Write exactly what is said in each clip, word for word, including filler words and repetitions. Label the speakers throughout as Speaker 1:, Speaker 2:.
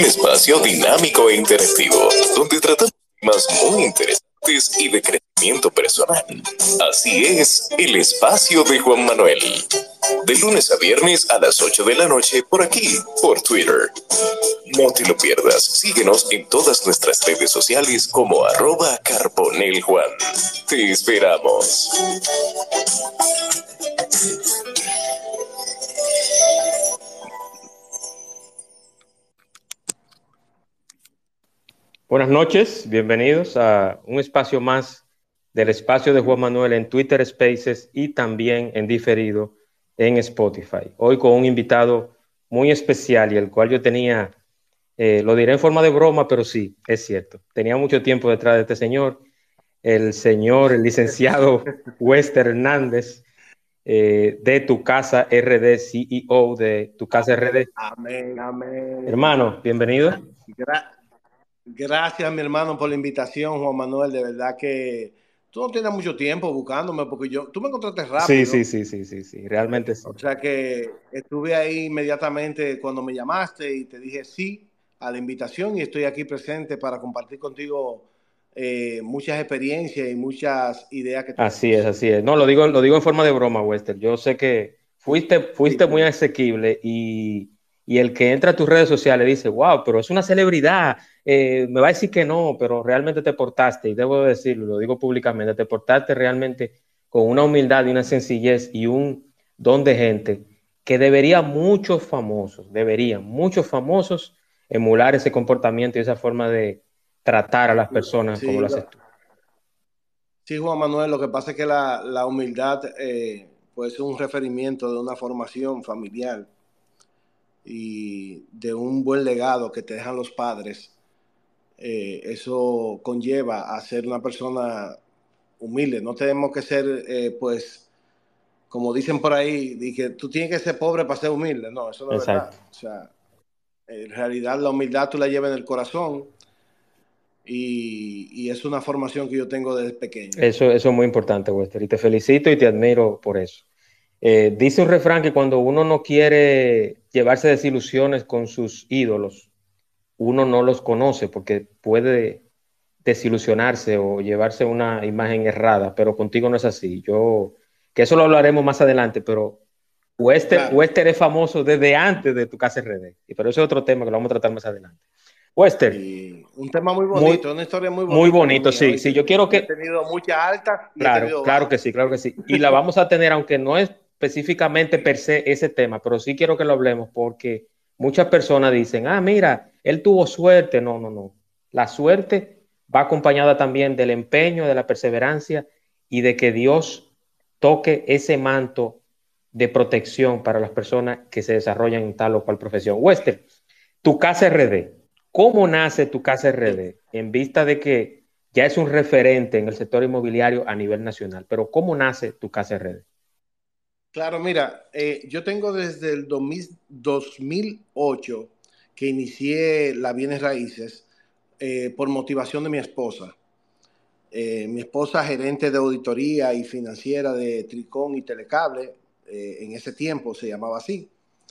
Speaker 1: Un espacio dinámico e interactivo, donde tratamos temas muy interesantes y de crecimiento personal. Así es, el espacio de Juan Manuel. De lunes a viernes a las ocho de la noche por aquí, por Twitter. No te lo pierdas, síguenos en todas nuestras redes sociales como arroba carponeljuan. Te esperamos.
Speaker 2: Buenas noches, bienvenidos a un espacio más del espacio de Juan Manuel en Twitter Spaces y también en diferido en Spotify. Hoy con un invitado muy especial y el cual yo tenía, eh, lo diré en forma de broma, pero sí, es cierto. Tenía mucho tiempo detrás de este señor, el señor, el licenciado Wester Hernández, eh, de Tu Casa R D, C E O de Tu Casa R D.
Speaker 3: Amén, amén.
Speaker 2: Hermano, bienvenido.
Speaker 3: Gra Gracias, mi hermano, por la invitación, Juan Manuel. De verdad que tú no tienes mucho tiempo buscándome porque yo, tú me encontraste
Speaker 2: Sí,
Speaker 3: rápido.
Speaker 2: sí, sí, sí, sí, sí, realmente sí.
Speaker 3: O sea que estuve ahí inmediatamente cuando me llamaste y te dije sí a la invitación y estoy aquí presente para compartir contigo eh, muchas experiencias y muchas ideas que
Speaker 2: Así es,
Speaker 3: tenemos.
Speaker 2: así es. No, lo digo, lo digo en forma de broma, Wester. Yo sé que fuiste,
Speaker 3: Sí,
Speaker 2: fuiste muy
Speaker 3: sí.
Speaker 2: asequible y, y el que entra a tus redes sociales dice, wow, pero es una celebridad, eh, me va a decir que no, pero realmente te portaste, y debo decirlo, lo digo públicamente, te portaste realmente con una humildad y una sencillez y un don de gente que debería muchos famosos, deberían muchos famosos emular ese comportamiento y esa forma de tratar a las personas como
Speaker 3: Sí,
Speaker 2: lo haces
Speaker 3: lo-
Speaker 2: tú.
Speaker 3: Sí, Juan Manuel, lo que pasa es que la, la humildad eh, puede ser un referimiento de una formación familiar y de un buen legado que te dejan los padres. Eh, eso conlleva a ser una persona humilde. No tenemos que ser, eh, pues, como dicen por ahí, de que tú tienes que ser pobre para ser humilde. No, eso no es verdad.
Speaker 2: Exacto.
Speaker 3: O sea, en realidad la humildad tú la llevas en el corazón y, y es una formación que yo tengo desde pequeño.
Speaker 2: Eso, eso es muy importante, Wester, y te felicito y te admiro por eso. Eh, dice un refrán que cuando uno no quiere llevarse desilusiones con sus ídolos, uno no los conoce porque puede desilusionarse o llevarse una imagen errada, pero contigo no es así. Yo, que eso lo hablaremos más adelante, pero Wester,
Speaker 3: Claro.
Speaker 2: Wester es famoso desde antes de Tu Casa R D, y pero eso es otro tema que lo vamos a tratar más adelante. Wester,
Speaker 3: Y un tema muy
Speaker 2: muy,
Speaker 3: bonito, una historia muy
Speaker 2: muy
Speaker 3: bonita la
Speaker 2: bonito,
Speaker 3: mía,
Speaker 2: sí, sí,
Speaker 3: ¿oíste?
Speaker 2: yo quiero
Speaker 3: Yo he
Speaker 2: que,
Speaker 3: tenido muchas altas y he
Speaker 2: claro,
Speaker 3: tenido
Speaker 2: claro
Speaker 3: bajas.
Speaker 2: que sí, claro que sí. Y la vamos a tener, aunque no es específicamente per se ese tema, pero sí quiero que lo hablemos porque muchas personas dicen, ah, mira, él tuvo suerte. No, no, no. La suerte va acompañada también del empeño, de la perseverancia y de que Dios toque ese manto de protección para las personas que se desarrollan en tal o cual profesión. Wester, Tu Casa R D. ¿Cómo nace Tu Casa R D? En vista de que ya es un referente en el sector inmobiliario a nivel nacional, pero ¿cómo nace Tu Casa R D?
Speaker 3: Claro, mira, eh, yo tengo desde el dos mil dos mil ocho que inicié la bienes raíces eh, por motivación de mi esposa. Eh, mi esposa, gerente de auditoría y financiera de Tricón y Telecable, eh, en ese tiempo se llamaba así.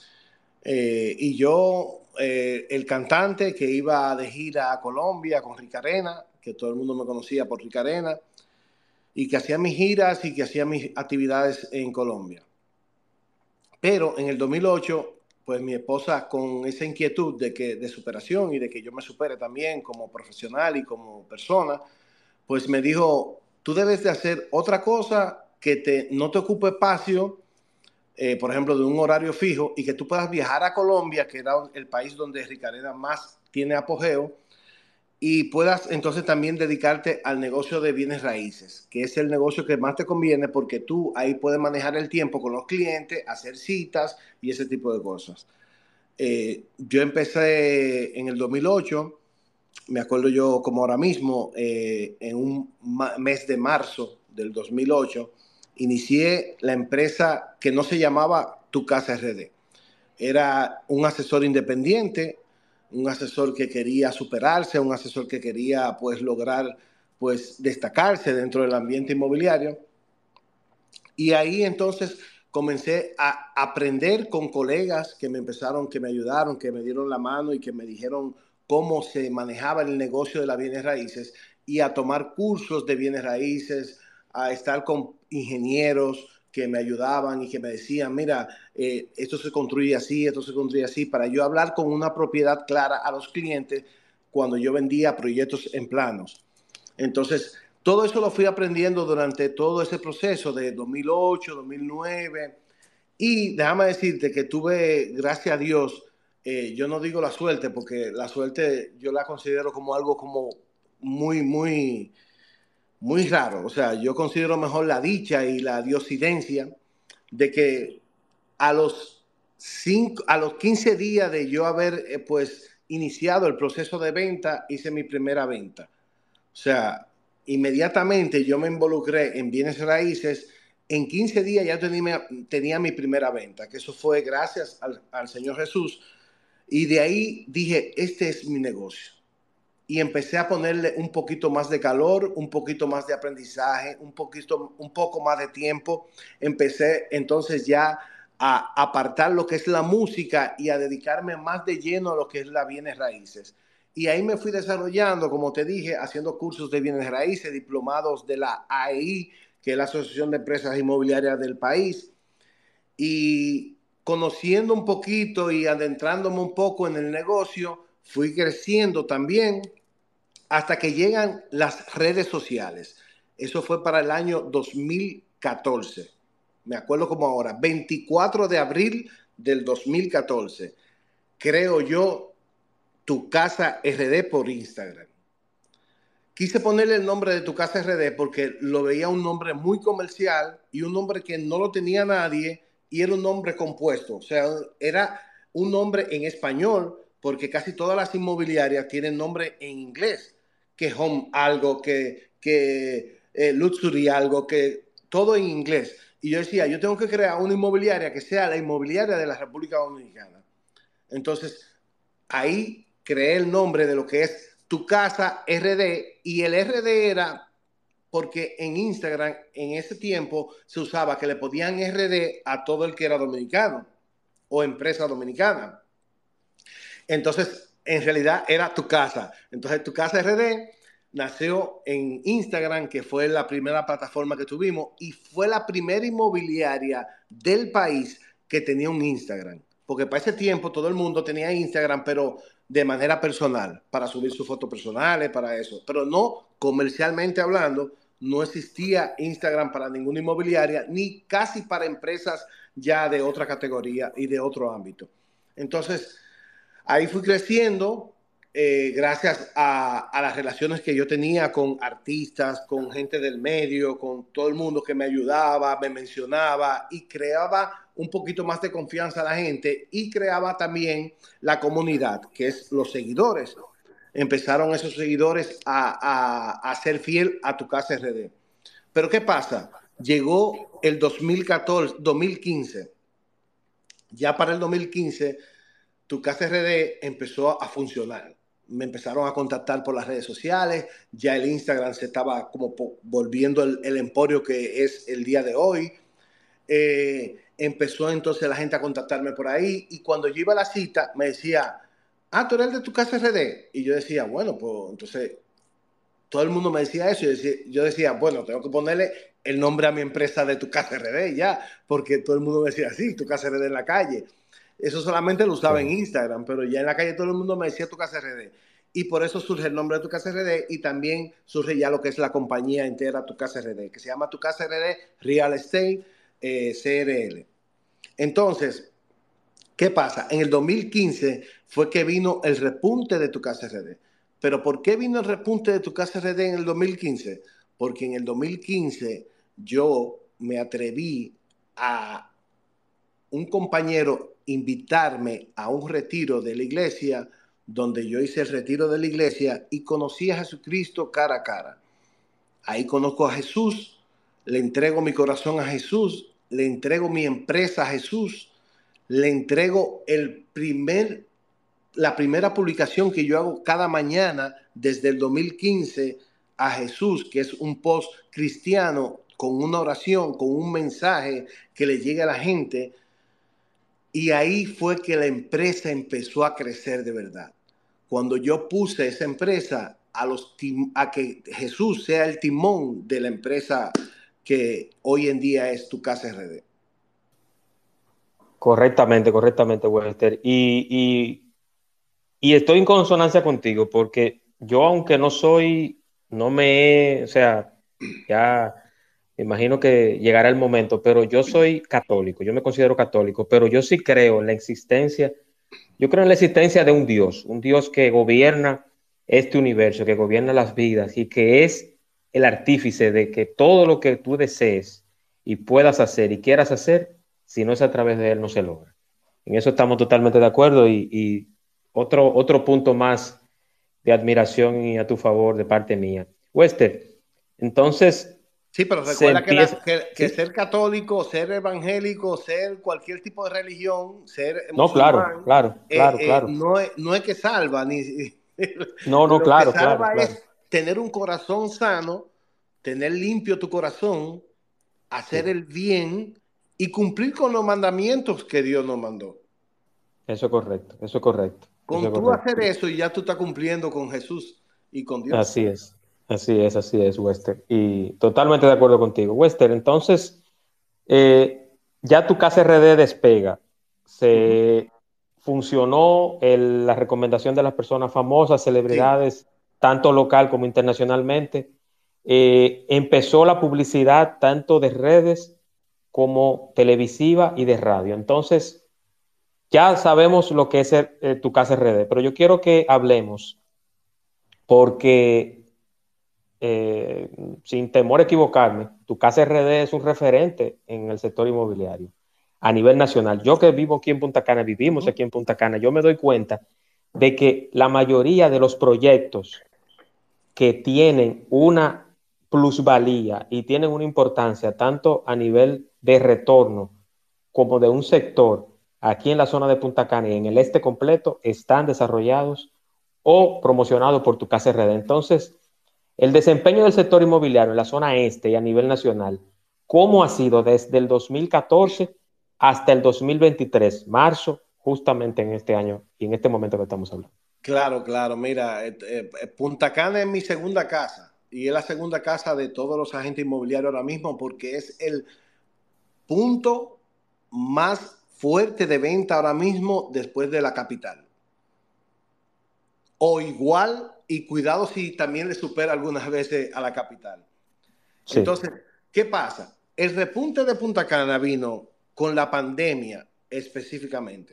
Speaker 3: Eh, y yo, eh, el cantante que iba de gira a Colombia con Ricarena, que todo el mundo me conocía por Ricarena, y que hacía mis giras y que hacía mis actividades en Colombia. Pero en el dos mil ocho, pues mi esposa, con esa inquietud de, que, de superación y de que yo me supere también como profesional y como persona, pues me dijo, tú debes de hacer otra cosa que te, no te ocupe espacio, eh, por ejemplo, de un horario fijo y que tú puedas viajar a Colombia, que era el país donde Ricarena más tiene apogeo, y puedas entonces también dedicarte al negocio de bienes raíces, que es el negocio que más te conviene porque tú ahí puedes manejar el tiempo con los clientes, hacer citas y ese tipo de cosas. Eh, yo empecé en el dos mil ocho, me acuerdo yo como ahora mismo, eh, en un mes de marzo del dos mil ocho, inicié la empresa que no se llamaba Tu Casa R D. Era un asesor independiente, un asesor que quería superarse, un asesor que quería pues lograr pues destacarse dentro del ambiente inmobiliario. Y ahí entonces comencé a aprender con colegas que me empezaron, que me ayudaron, que me dieron la mano y que me dijeron cómo se manejaba el negocio de las bienes raíces, y a tomar cursos de bienes raíces, a estar con ingenieros que me ayudaban y que me decían, mira, eh, esto se construye así, esto se construye así, para yo hablar con una propiedad clara a los clientes cuando yo vendía proyectos en planos. Entonces, todo eso lo fui aprendiendo durante todo ese proceso de dos mil ocho, dos mil nueve. Y déjame decirte que tuve, gracias a Dios, eh, yo no digo la suerte, porque la suerte yo la considero como algo como muy, muy, muy raro. O sea, yo considero mejor la dicha y la diosidencia de que a los, cinco, a los quince días de yo haber eh, pues iniciado el proceso de venta, hice mi primera venta. O sea, inmediatamente yo me involucré en bienes raíces. En quince días ya tenía, tenía mi primera venta, que eso fue gracias al, al Señor Jesús. Y de ahí dije, este es mi negocio. Y empecé a ponerle un poquito más de calor, un poquito más de aprendizaje, un, poquito, un poco más de tiempo. Empecé entonces ya a apartar lo que es la música y a dedicarme más de lleno a lo que es la bienes raíces. Y ahí me fui desarrollando, como te dije, haciendo cursos de bienes raíces, diplomados de la A E I, que es la Asociación de Empresas Inmobiliarias del país, y conociendo un poquito y adentrándome un poco en el negocio, fui creciendo también hasta que llegan las redes sociales. Eso fue para el año dos mil catorce. Me acuerdo como ahora, veinticuatro de abril del dos mil catorce. Creo yo, Tu Casa R D por Instagram. Quise ponerle el nombre de Tu Casa R D porque lo veía un nombre muy comercial y un nombre que no lo tenía nadie, y era un nombre compuesto. O sea, era un nombre en español, porque casi todas las inmobiliarias tienen nombre en inglés, que Home algo, que, que eh, Luxury algo, que todo en inglés. Y yo decía, yo tengo que crear una inmobiliaria que sea la inmobiliaria de la República Dominicana. Entonces, ahí creé el nombre de lo que es Tu Casa R D, y el R D era porque en Instagram en ese tiempo se usaba que le podían R D a todo el que era dominicano o empresa dominicana. Entonces, en realidad era Tu Casa. Entonces, Tu Casa R D nació en Instagram, que fue la primera plataforma que tuvimos, y fue la primera inmobiliaria del país que tenía un Instagram. Porque para ese tiempo todo el mundo tenía Instagram, pero de manera personal, para subir sus fotos personales, para eso. Pero no comercialmente hablando, no existía Instagram para ninguna inmobiliaria, ni casi para empresas ya de otra categoría y de otro ámbito. Entonces, ahí fui creciendo eh, gracias a, a las relaciones que yo tenía con artistas, con gente del medio, con todo el mundo que me ayudaba, me mencionaba, y creaba un poquito más de confianza a la gente, y creaba también la comunidad, que es los seguidores. Empezaron esos seguidores a, a, a ser fiel a Tu Casa R D. Pero ¿qué pasa? Llegó el dos mil catorce, dos mil quince. Ya para el dos mil quince, Tu Casa R D empezó a funcionar. Me empezaron a contactar por las redes sociales, ya el Instagram se estaba como volviendo el, el emporio que es el día de hoy. Eh, empezó entonces la gente a contactarme por ahí, y cuando yo iba a la cita me decía, ah, tú eres el de Tu Casa R D. Y yo decía, bueno, pues entonces todo el mundo me decía eso, y yo decía, yo decía, bueno, tengo que ponerle el nombre a mi empresa de Tu Casa R D ya, porque todo el mundo me decía así, Tu Casa R D en la calle. Eso solamente lo usaba en Instagram, pero ya en la calle todo el mundo me decía Tu Casa R D. Y por eso surge el nombre de Tu Casa R D, y también surge ya lo que es la compañía entera Tu Casa R D, que se llama Tu Casa R D Real Estate eh, C R L. Entonces, ¿qué pasa? En el dos mil quince fue que vino el repunte de Tu Casa R D. ¿Pero por qué vino el repunte de Tu Casa R D en el dos mil quince? Porque en el dos mil quince yo me atreví a un compañero invitarme a un retiro de la iglesia, donde yo hice el retiro de la iglesia y conocí a Jesucristo cara a cara. Ahí conozco a Jesús, le entrego mi corazón a Jesús, le entrego mi empresa a Jesús, le entrego el primer, la primera publicación que yo hago cada mañana desde el dos mil quince a Jesús, que es un post cristiano con una oración, con un mensaje que le llegue a la gente. Y ahí fue que la empresa empezó a crecer de verdad. Cuando yo puse esa empresa a, los a que Jesús sea el timón de la empresa que hoy en día es Tu Casa R D.
Speaker 2: Correctamente, correctamente, Wester. Y, y, y estoy en consonancia contigo porque yo, aunque no soy, no me he, o sea, ya me imagino que llegará el momento, pero yo soy católico, yo me considero católico, pero yo sí creo en la existencia, yo creo en la existencia de un Dios, un Dios que gobierna este universo, que gobierna las vidas y que es el artífice de que todo lo que tú desees y puedas hacer y quieras hacer, si no es a través de él, no se logra. En eso estamos totalmente de acuerdo y, y otro, otro punto más de admiración y a tu favor de parte mía. Wester, entonces
Speaker 3: Sí, pero
Speaker 2: se
Speaker 3: recuerda que,
Speaker 2: empieza,
Speaker 3: la, que, que
Speaker 2: ¿sí?
Speaker 3: ser católico, ser evangélico, ser cualquier tipo de religión, ser
Speaker 2: No, claro,
Speaker 3: musulmán,
Speaker 2: claro,
Speaker 3: eh,
Speaker 2: claro,
Speaker 3: eh,
Speaker 2: claro.
Speaker 3: no, es, no es que salva, ni
Speaker 2: No, no,
Speaker 3: lo que
Speaker 2: claro, claro,
Speaker 3: salva
Speaker 2: claro.
Speaker 3: es tener un corazón sano, tener limpio tu corazón, hacer
Speaker 2: Sí,
Speaker 3: el bien y cumplir con los mandamientos que Dios nos mandó.
Speaker 2: eso es correcto, eso es correcto, eso es
Speaker 3: Con tú hacer
Speaker 2: correcto.
Speaker 3: eso, ya tú estás cumpliendo con Jesús y con Dios.
Speaker 2: Así es, así es, así es, Wester. Y totalmente de acuerdo contigo. Wester, entonces, eh, ya tu Casa R D despega.
Speaker 3: Ujú.
Speaker 2: Se funcionó el- la recomendación de las personas famosas,
Speaker 3: Sí,
Speaker 2: celebridades, tanto local como internacionalmente. Eh, empezó la publicidad tanto de redes como televisiva y de radio. Entonces, ya sabemos lo que es eh, tu Casa R D, pero yo quiero que hablemos porque eh, sin temor a equivocarme, Tu Casa R D es un referente en el sector inmobiliario a nivel nacional. Yo que vivo aquí en Punta Cana, vivimos
Speaker 3: ujú,
Speaker 2: aquí en Punta Cana, yo me doy cuenta de que la mayoría de los proyectos que tienen una plusvalía y tienen una importancia tanto a nivel de retorno como de un sector aquí en la zona de Punta Cana y en el este completo están desarrollados o promocionados por Tu Casa R D. Entonces, el desempeño del sector inmobiliario en la zona este y a nivel nacional, ¿cómo ha sido desde el dos mil catorce hasta el dos mil veintitrés, marzo, justamente en este año y en este momento que estamos hablando?
Speaker 3: claro, claro. Mira, eh, eh, Punta Cana es mi segunda casa y es la segunda casa de todos los agentes inmobiliarios ahora mismo porque es el punto más fuerte de venta ahora mismo después de la capital. O igual, y cuidado si también le supera algunas veces a la capital.
Speaker 2: Sí,
Speaker 3: Entonces, ¿qué pasa? El repunte de Punta Cana vino con la pandemia específicamente,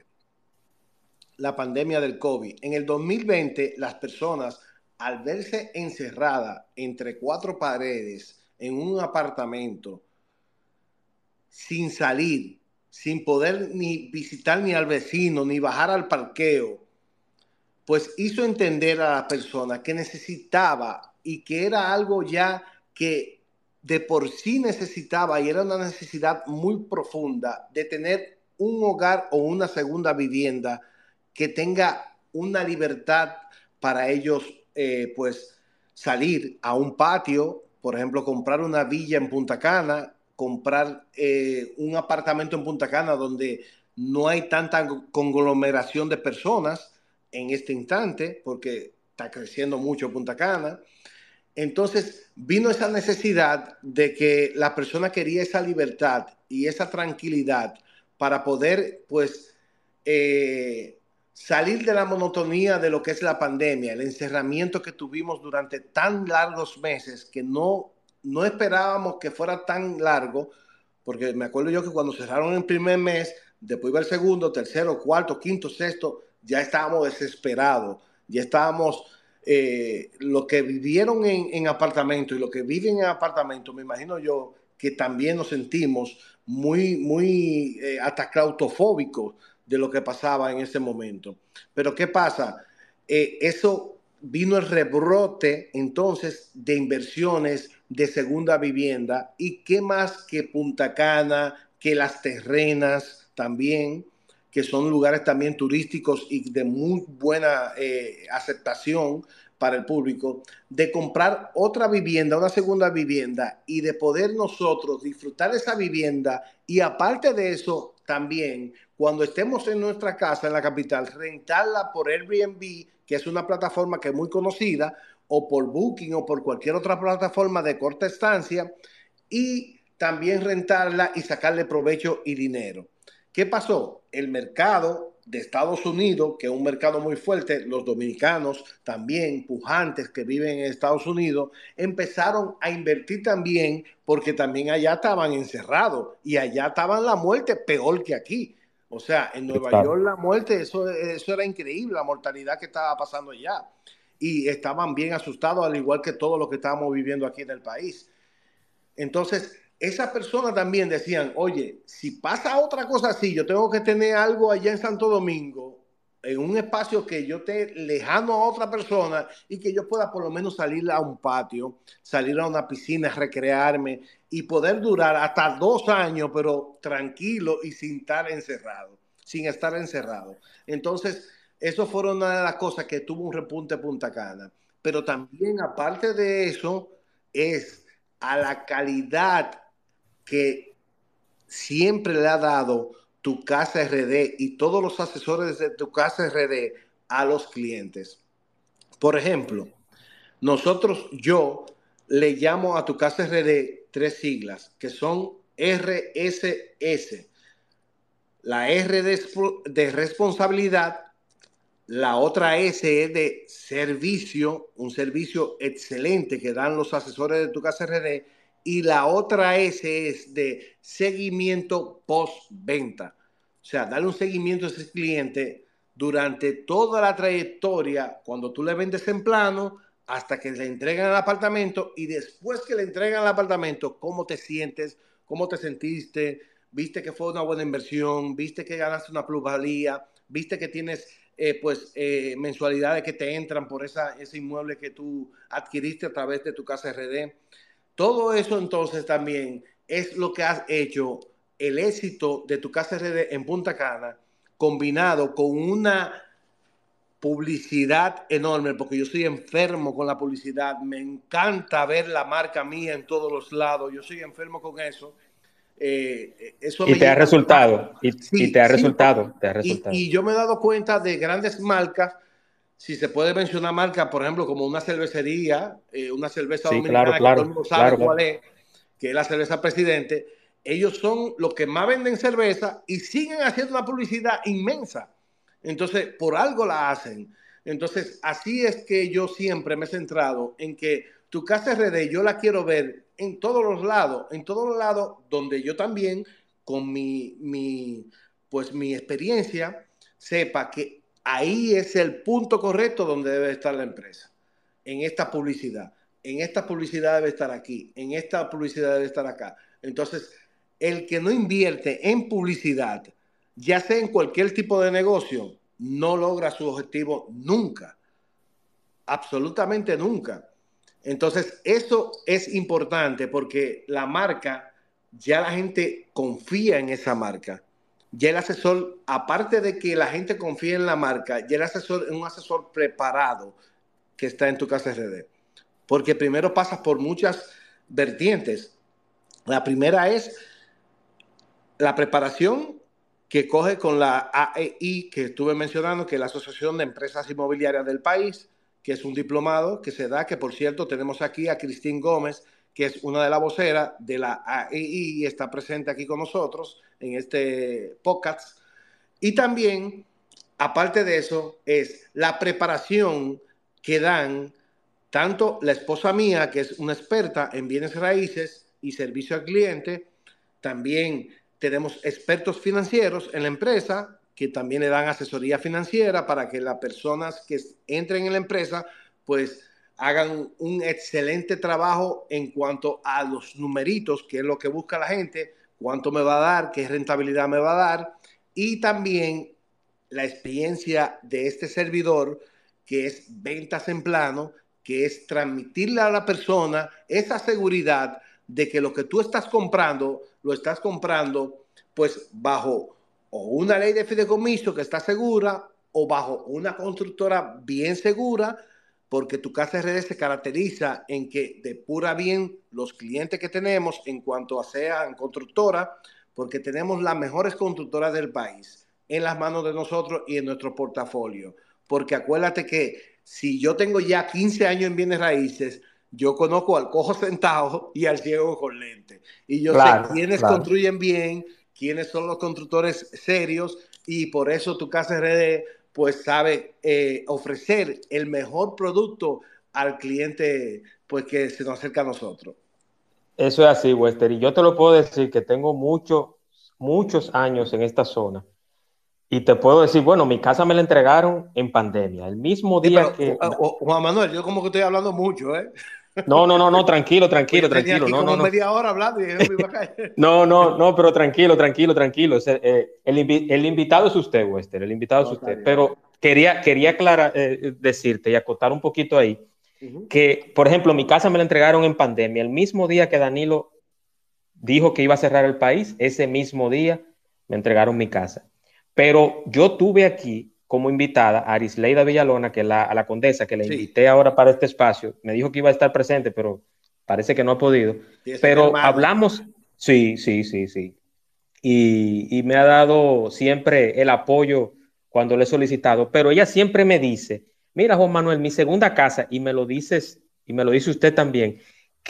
Speaker 3: la pandemia del COVID. En el dos mil veinte, las personas, al verse encerradas entre cuatro paredes en un apartamento, sin salir, sin poder ni visitar ni al vecino, ni bajar al parqueo, pues hizo entender a la persona que necesitaba y que era algo ya que de por sí necesitaba y era una necesidad muy profunda de tener un hogar o una segunda vivienda que tenga una libertad para ellos, eh, pues salir a un patio, por ejemplo, comprar una villa en Punta Cana, comprar eh, un apartamento en Punta Cana donde no hay tanta conglomeración de personas en este instante, porque está creciendo mucho Punta Cana. Entonces vino esa necesidad de que la persona quería esa libertad y esa tranquilidad para poder, pues, eh, salir de la monotonía de lo que es la pandemia, el encerramiento que tuvimos durante tan largos meses que no, no esperábamos que fuera tan largo, porque me acuerdo yo que cuando cerraron el primer mes, después iba el segundo, tercero, cuarto, quinto, sexto, ya estábamos desesperados, ya estábamos, eh, los que vivieron en, en apartamento y los que viven en apartamento, me imagino yo que también nos sentimos muy, muy eh, hasta claustrofóbicos de lo que pasaba en ese momento. Pero ¿qué pasa? Eh, eso vino el rebrote entonces de inversiones de segunda vivienda y qué más que Punta Cana, que Las Terrenas también, que son lugares también turísticos y de muy buena eh, aceptación, para el público, de comprar otra vivienda, una segunda vivienda, y de poder nosotros disfrutar de esa vivienda, y aparte de eso, también, cuando estemos en nuestra casa en la capital, rentarla por Airbnb, que es una plataforma que es muy conocida, o por Booking o por cualquier otra plataforma de corta estancia, y también rentarla y sacarle provecho y dinero. ¿Qué pasó? El mercado de Estados Unidos, que es un mercado muy fuerte, los dominicanos también, pujantes que viven en Estados Unidos, empezaron a invertir también porque también allá estaban encerrados y allá estaban la muerte peor que aquí. O sea, en Nueva
Speaker 2: Claro.
Speaker 3: York la muerte, eso, eso era increíble, la mortalidad que estaba pasando allá. Y estaban bien asustados, al igual que todos los que estábamos viviendo aquí en el país. Entonces, esas personas también decían, oye, si pasa otra cosa así, yo tengo que tener algo allá en Santo Domingo, en un espacio que yo esté lejano a otra persona y que yo pueda por lo menos salir a un patio, salir a una piscina, recrearme y poder durar hasta dos años, pero tranquilo y sin estar encerrado, sin estar encerrado. Entonces, eso fue una de las cosas que tuvo un repunte Punta Cana. Pero también, aparte de eso, es a la calidad que siempre le ha dado tu casa R D y todos los asesores de tu casa R D a los clientes. Por ejemplo, nosotros, yo le llamo a tu casa R D tres siglas, que son R S S. La R de, de responsabilidad, la otra S es de servicio, un servicio excelente que dan los asesores de tu casa R D, y la otra S es de seguimiento postventa. O sea, darle un seguimiento a ese cliente durante toda la trayectoria, cuando tú le vendes en plano, hasta que le entregan el apartamento, y después que le entregan el apartamento, cómo te sientes, cómo te sentiste, viste que fue una buena inversión, viste que ganaste una plusvalía, viste que tienes eh, pues eh, mensualidades que te entran por esa, ese inmueble que tú adquiriste a través de tu casa R D. Todo eso entonces también es lo que has hecho el éxito de tu casa R D en Punta Cana, combinado con una publicidad enorme, porque yo soy enfermo con la publicidad, me encanta ver la marca mía en todos los lados, yo soy enfermo con eso. Eh, eso
Speaker 2: y
Speaker 3: me
Speaker 2: te ha
Speaker 3: llena
Speaker 2: resultado, y, y te
Speaker 3: sí,
Speaker 2: ha
Speaker 3: sí,
Speaker 2: resultado, te ha
Speaker 3: y,
Speaker 2: resultado.
Speaker 3: y yo me he dado cuenta de grandes marcas, si se puede mencionar marcas, por ejemplo, como una cervecería, eh, una cerveza
Speaker 2: Sí, claro,
Speaker 3: dominicana que todo el
Speaker 2: claro,
Speaker 3: mundo sabe
Speaker 2: claro,
Speaker 3: cuál
Speaker 2: claro.
Speaker 3: es, que es la cerveza Presidente. Ellos son los que más venden cerveza y siguen haciendo una publicidad inmensa. Entonces, por algo la hacen. Entonces, así es que yo siempre me he centrado en que tu casa R D yo la quiero ver en todos los lados, en todos los lados donde yo también, con mi, mi, pues mi experiencia, sepa que ahí es el punto correcto donde debe estar la empresa, en esta publicidad. En esta publicidad debe estar aquí, en esta publicidad debe estar acá. Entonces, el que no invierte en publicidad, ya sea en cualquier tipo de negocio, no logra su objetivo nunca, absolutamente nunca. Entonces, eso es importante porque la marca, ya la gente confía en esa marca. Ya el asesor, aparte de que la gente confía en la marca, ya el asesor es un asesor preparado que está en tu casa R D. Porque primero pasas por muchas vertientes. La primera es la preparación que coge con la A E I que estuve mencionando, que es la Asociación de Empresas Inmobiliarias del país, que es un diplomado que se da, que por cierto tenemos aquí a Cristín Gómez, que es una de las voceras de la A E I y está presente aquí con nosotros en este podcast. Y también, aparte de eso, es la preparación que dan tanto la esposa mía, que es una experta en bienes raíces y servicio al cliente, también tenemos expertos financieros en la empresa que también le dan asesoría financiera para que las personas que entren en la empresa pues hagan un excelente trabajo en cuanto a los numeritos, que es lo que busca la gente, cuánto me va a dar, qué rentabilidad me va a dar, y también la experiencia de este servidor, que es ventas en plano, que es transmitirle a la persona esa seguridad de que lo que tú estás comprando, lo estás comprando pues bajo o una ley de fideicomiso que está segura o bajo una constructora bien segura, porque tu casa R D se caracteriza en que depura bien los clientes que tenemos en cuanto a sean constructoras, porque tenemos las mejores constructoras del país en las manos de nosotros y en nuestro portafolio. Porque acuérdate que si yo tengo ya quince años en bienes raíces, yo conozco al cojo sentado y al ciego con lente. Y yo sé
Speaker 2: Claro,
Speaker 3: quiénes
Speaker 2: claro.
Speaker 3: construyen bien, quiénes son los constructores serios, y por eso tu casa R D pues sabe eh, ofrecer el mejor producto al cliente pues que se nos acerca a nosotros.
Speaker 2: Eso es así, Wester. Y yo te lo puedo decir que tengo muchos, muchos años en esta zona. Y te puedo decir, bueno, mi casa me la entregaron en pandemia, el mismo
Speaker 3: Sí,
Speaker 2: día
Speaker 3: pero
Speaker 2: que...
Speaker 3: Juan Manuel, yo como que estoy hablando mucho, ¿eh?
Speaker 2: No, no, no, no, tranquilo,
Speaker 3: Pues
Speaker 2: tranquilo,
Speaker 3: yo tenía
Speaker 2: tranquilo,
Speaker 3: aquí
Speaker 2: no, no,
Speaker 3: como
Speaker 2: no.
Speaker 3: media hora hablando y yo me iba a caer.
Speaker 2: No, no, no, pero tranquilo, tranquilo, tranquilo. El, eh, el, invi el invitado es usted, Wester, el invitado es
Speaker 3: No, está
Speaker 2: usted.
Speaker 3: bien.
Speaker 2: Pero quería, quería aclarar, eh, decirte y acotar un poquito ahí,
Speaker 3: Uh-huh.
Speaker 2: que, por ejemplo, mi casa me la entregaron en pandemia, el mismo día que Danilo dijo que iba a cerrar el país, ese mismo día me entregaron mi casa. Pero yo tuve aquí como invitada a Arisleida Villalona, que es la, a la condesa, que la
Speaker 3: Sí,
Speaker 2: invité ahora para este espacio. Me dijo que iba a estar presente, pero parece que no ha podido.
Speaker 3: sí, ese es mi
Speaker 2: Pero
Speaker 3: hermano.
Speaker 2: hablamos, sí, sí, sí, sí. Y, y me ha dado siempre el apoyo cuando le he solicitado. Pero ella siempre me dice, mira, Juan Manuel, mi segunda casa, y me lo dices, y me lo dice usted también,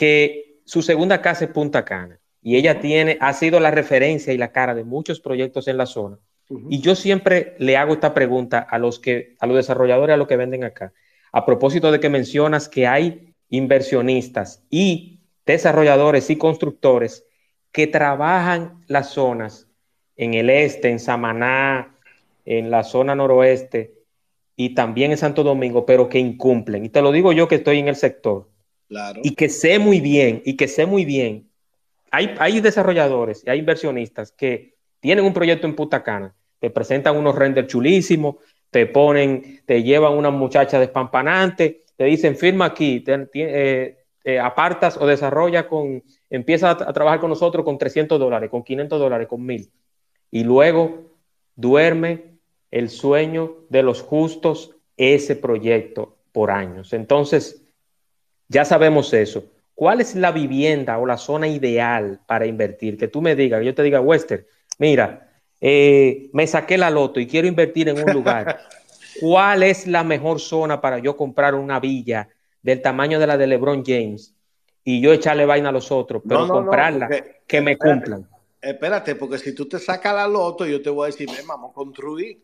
Speaker 2: que su segunda casa es Punta Cana. Y ella
Speaker 3: Uh-huh.
Speaker 2: tiene, ha sido la referencia y la cara de muchos proyectos en la zona.
Speaker 3: Uh-huh.
Speaker 2: Y yo siempre le hago esta pregunta a los que, a los desarrolladores, a los que venden acá. A propósito de que mencionas que hay inversionistas y desarrolladores y constructores que trabajan las zonas en el este, en Samaná, en la zona noroeste y también en Santo Domingo, pero que incumplen. Y te lo digo yo que estoy en el sector
Speaker 3: Claro.
Speaker 2: y que sé muy bien, y que sé muy bien hay, hay desarrolladores y hay inversionistas que tienen un proyecto en Punta Cana, te presentan unos renders chulísimos, te ponen, te llevan una muchacha despampanante, te dicen firma aquí, te, te, eh, eh, apartas o desarrolla con, empieza a, a, trabajar con nosotros con trescientos dólares, con quinientos dólares, con mil. Y luego duerme el sueño de los justos ese proyecto por años. Entonces, ya sabemos eso. ¿Cuál es la vivienda o la zona ideal para invertir? Que tú me digas, que yo te diga, Wester, mira, eh, me saqué la loto y quiero invertir en un lugar. ¿Cuál es la mejor zona para yo comprar una villa del tamaño de la de LeBron James y yo echarle vaina a los otros,
Speaker 3: No,
Speaker 2: pero
Speaker 3: no, no,
Speaker 2: comprarla
Speaker 3: porque
Speaker 2: que me
Speaker 3: espérate,
Speaker 2: cumplan?
Speaker 3: espérate, porque si tú te sacas la loto, yo te voy a decir, ven, vamos a construir.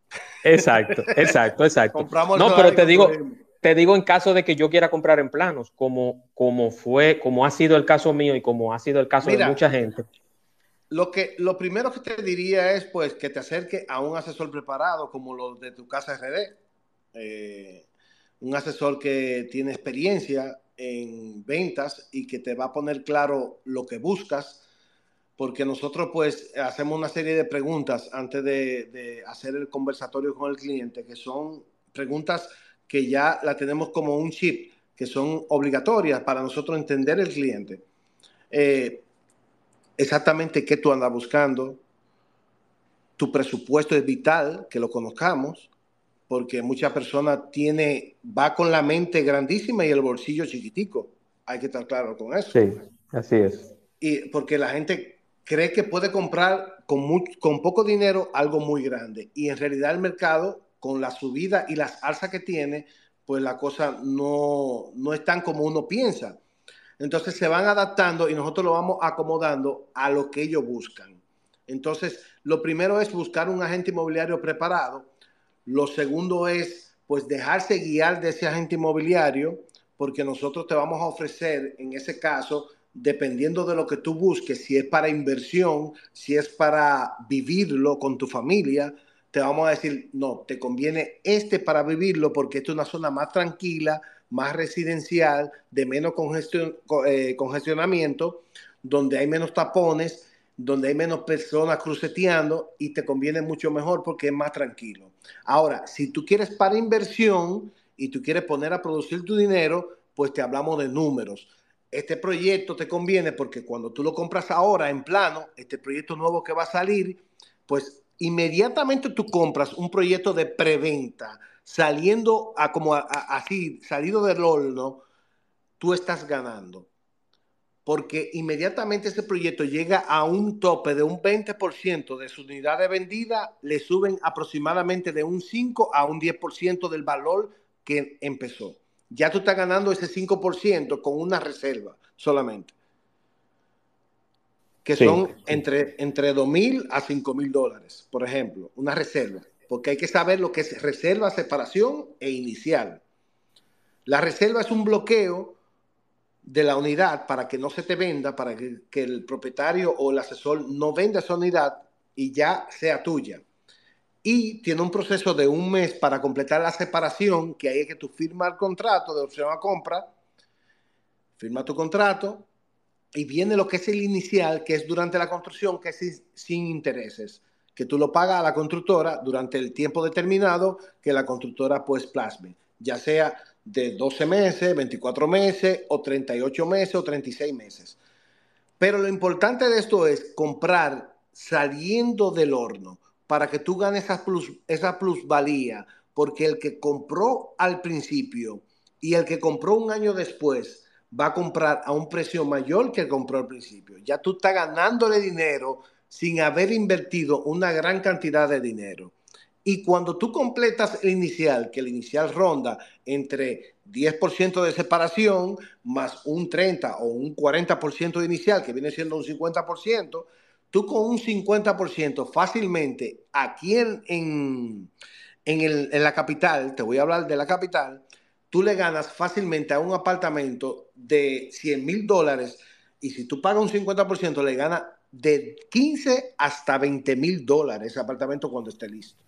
Speaker 2: Exacto, exacto, exacto.
Speaker 3: Compramos el
Speaker 2: No,
Speaker 3: solar
Speaker 2: pero
Speaker 3: y
Speaker 2: te digo,
Speaker 3: construimos.
Speaker 2: te digo en caso de que yo quiera comprar en planos, como, como fue, como ha sido el caso mío y como ha sido el caso de
Speaker 3: Mira,
Speaker 2: mucha gente.
Speaker 3: Lo que, lo primero que te diría es pues que te acerque a un asesor preparado como los de tu casa R D. Eh, un asesor que tiene experiencia en ventas y que te va a poner claro lo que buscas, porque nosotros pues hacemos una serie de preguntas antes de, de hacer el conversatorio con el cliente, que son preguntas que ya la tenemos como un chip, que son obligatorias para nosotros entender el cliente. Eh, exactamente qué tú andas buscando. Tu presupuesto es vital, que lo conozcamos, porque muchas personas tiene, va con la mente grandísima y el bolsillo chiquitico. Hay que estar claro con eso.
Speaker 2: Sí, así es.
Speaker 3: Y porque la gente cree que puede comprar con, muy, con poco dinero algo muy grande. Y en realidad el mercado, con la subida y las alzas que tiene, pues la cosa no, no es tan como uno piensa. Entonces se van adaptando y nosotros lo vamos acomodando a lo que ellos buscan. Entonces, lo primero es buscar un agente inmobiliario preparado. Lo segundo es, pues, dejarse guiar de ese agente inmobiliario, porque nosotros te vamos a ofrecer, en ese caso, dependiendo de lo que tú busques, si es para inversión, si es para vivirlo con tu familia, te vamos a decir, no, te conviene este para vivirlo porque esta es una zona más tranquila, más residencial, de menos congestion, eh, congestionamiento, donde hay menos tapones, donde hay menos personas cruceteando y te conviene mucho mejor porque es más tranquilo. Ahora, si tú quieres para inversión y tú quieres poner a producir tu dinero, pues te hablamos de números. Este proyecto te conviene porque cuando tú lo compras ahora en plano, este proyecto nuevo que va a salir, pues inmediatamente tú compras un proyecto de preventa saliendo a como a, a, así, salido del horno, tú estás ganando. Porque inmediatamente ese proyecto llega a un tope de un veinte por ciento de su unidad de vendida, le suben aproximadamente de un cinco a un diez por ciento del valor que empezó. Ya tú estás ganando ese cinco por ciento con una reserva solamente. Que sí, son sí. entre, entre dos mil a cinco mil dólares, por ejemplo, una reserva. Porque hay que saber lo que es reserva, separación e inicial. La reserva es un bloqueo de la unidad para que no se te venda, para que, que el propietario o el asesor no venda esa unidad y ya sea tuya. Y tiene un proceso de un mes para completar la separación, que ahí es que tú firmas el contrato de opción a compra, firma tu contrato y viene lo que es el inicial, que es durante la construcción, que es sin, sin intereses, que tú lo pagas a la constructora durante el tiempo determinado que la constructora pues plasme, ya sea de doce meses, veinticuatro meses, o treinta y ocho meses, o treinta y seis meses. Pero lo importante de esto es comprar saliendo del horno para que tú ganes esa, plus, esa plusvalía, porque el que compró al principio y el que compró un año después va a comprar a un precio mayor que el que compró al principio. Ya tú estás ganándole dinero sin haber invertido una gran cantidad de dinero. Y cuando tú completas el inicial, que el inicial ronda entre diez por ciento de separación más un treinta o un cuarenta por ciento de inicial, que viene siendo un cincuenta por ciento, tú con un cincuenta por ciento fácilmente aquí en, en, en, el, en la capital, te voy a hablar de la capital, tú le ganas fácilmente a un apartamento de cien mil dólares y si tú pagas un cincuenta por ciento le ganas de quince hasta veinte mil dólares ese apartamento cuando esté listo.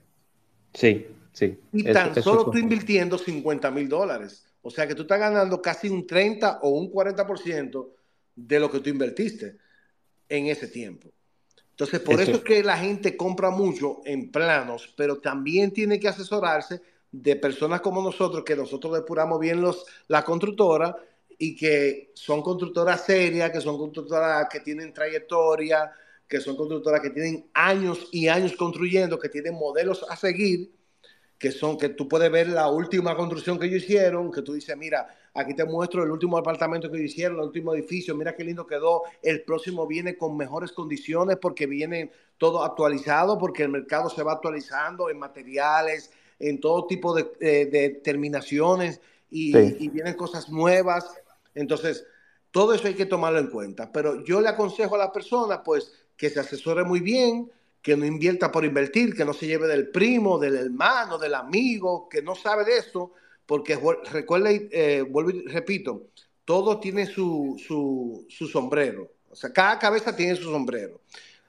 Speaker 2: Sí, sí.
Speaker 3: Y
Speaker 2: eso,
Speaker 3: tan
Speaker 2: eso
Speaker 3: solo
Speaker 2: es
Speaker 3: tú invirtiendo cincuenta mil dólares. O sea que tú estás ganando casi un treinta o un cuarenta por ciento de lo que tú invertiste en ese tiempo. Entonces, por eso, eso es que la gente compra mucho en planos, pero también tiene que asesorarse de personas como nosotros, que nosotros depuramos bien los, la constructora y que son constructoras serias, que son constructoras que tienen trayectoria, que son constructoras que tienen años y años construyendo, que tienen modelos a seguir, que son que tú puedes ver la última construcción que ellos hicieron, que tú dices, mira, aquí te muestro el último apartamento que ellos hicieron, el último edificio, mira qué lindo quedó, el próximo viene con mejores condiciones porque viene todo actualizado, porque el mercado se va actualizando en materiales, en todo tipo de, de, de terminaciones y, sí. y vienen cosas nuevas. Entonces, todo eso hay que tomarlo en cuenta. Pero yo le aconsejo a la persona, pues, que se asesore muy bien, que no invierta por invertir, que no se lleve del primo, del hermano, del amigo, que no sabe de esto, porque recuerda, eh, vuelvo y repito, todo tiene su, su, su sombrero. O sea, cada cabeza tiene su sombrero.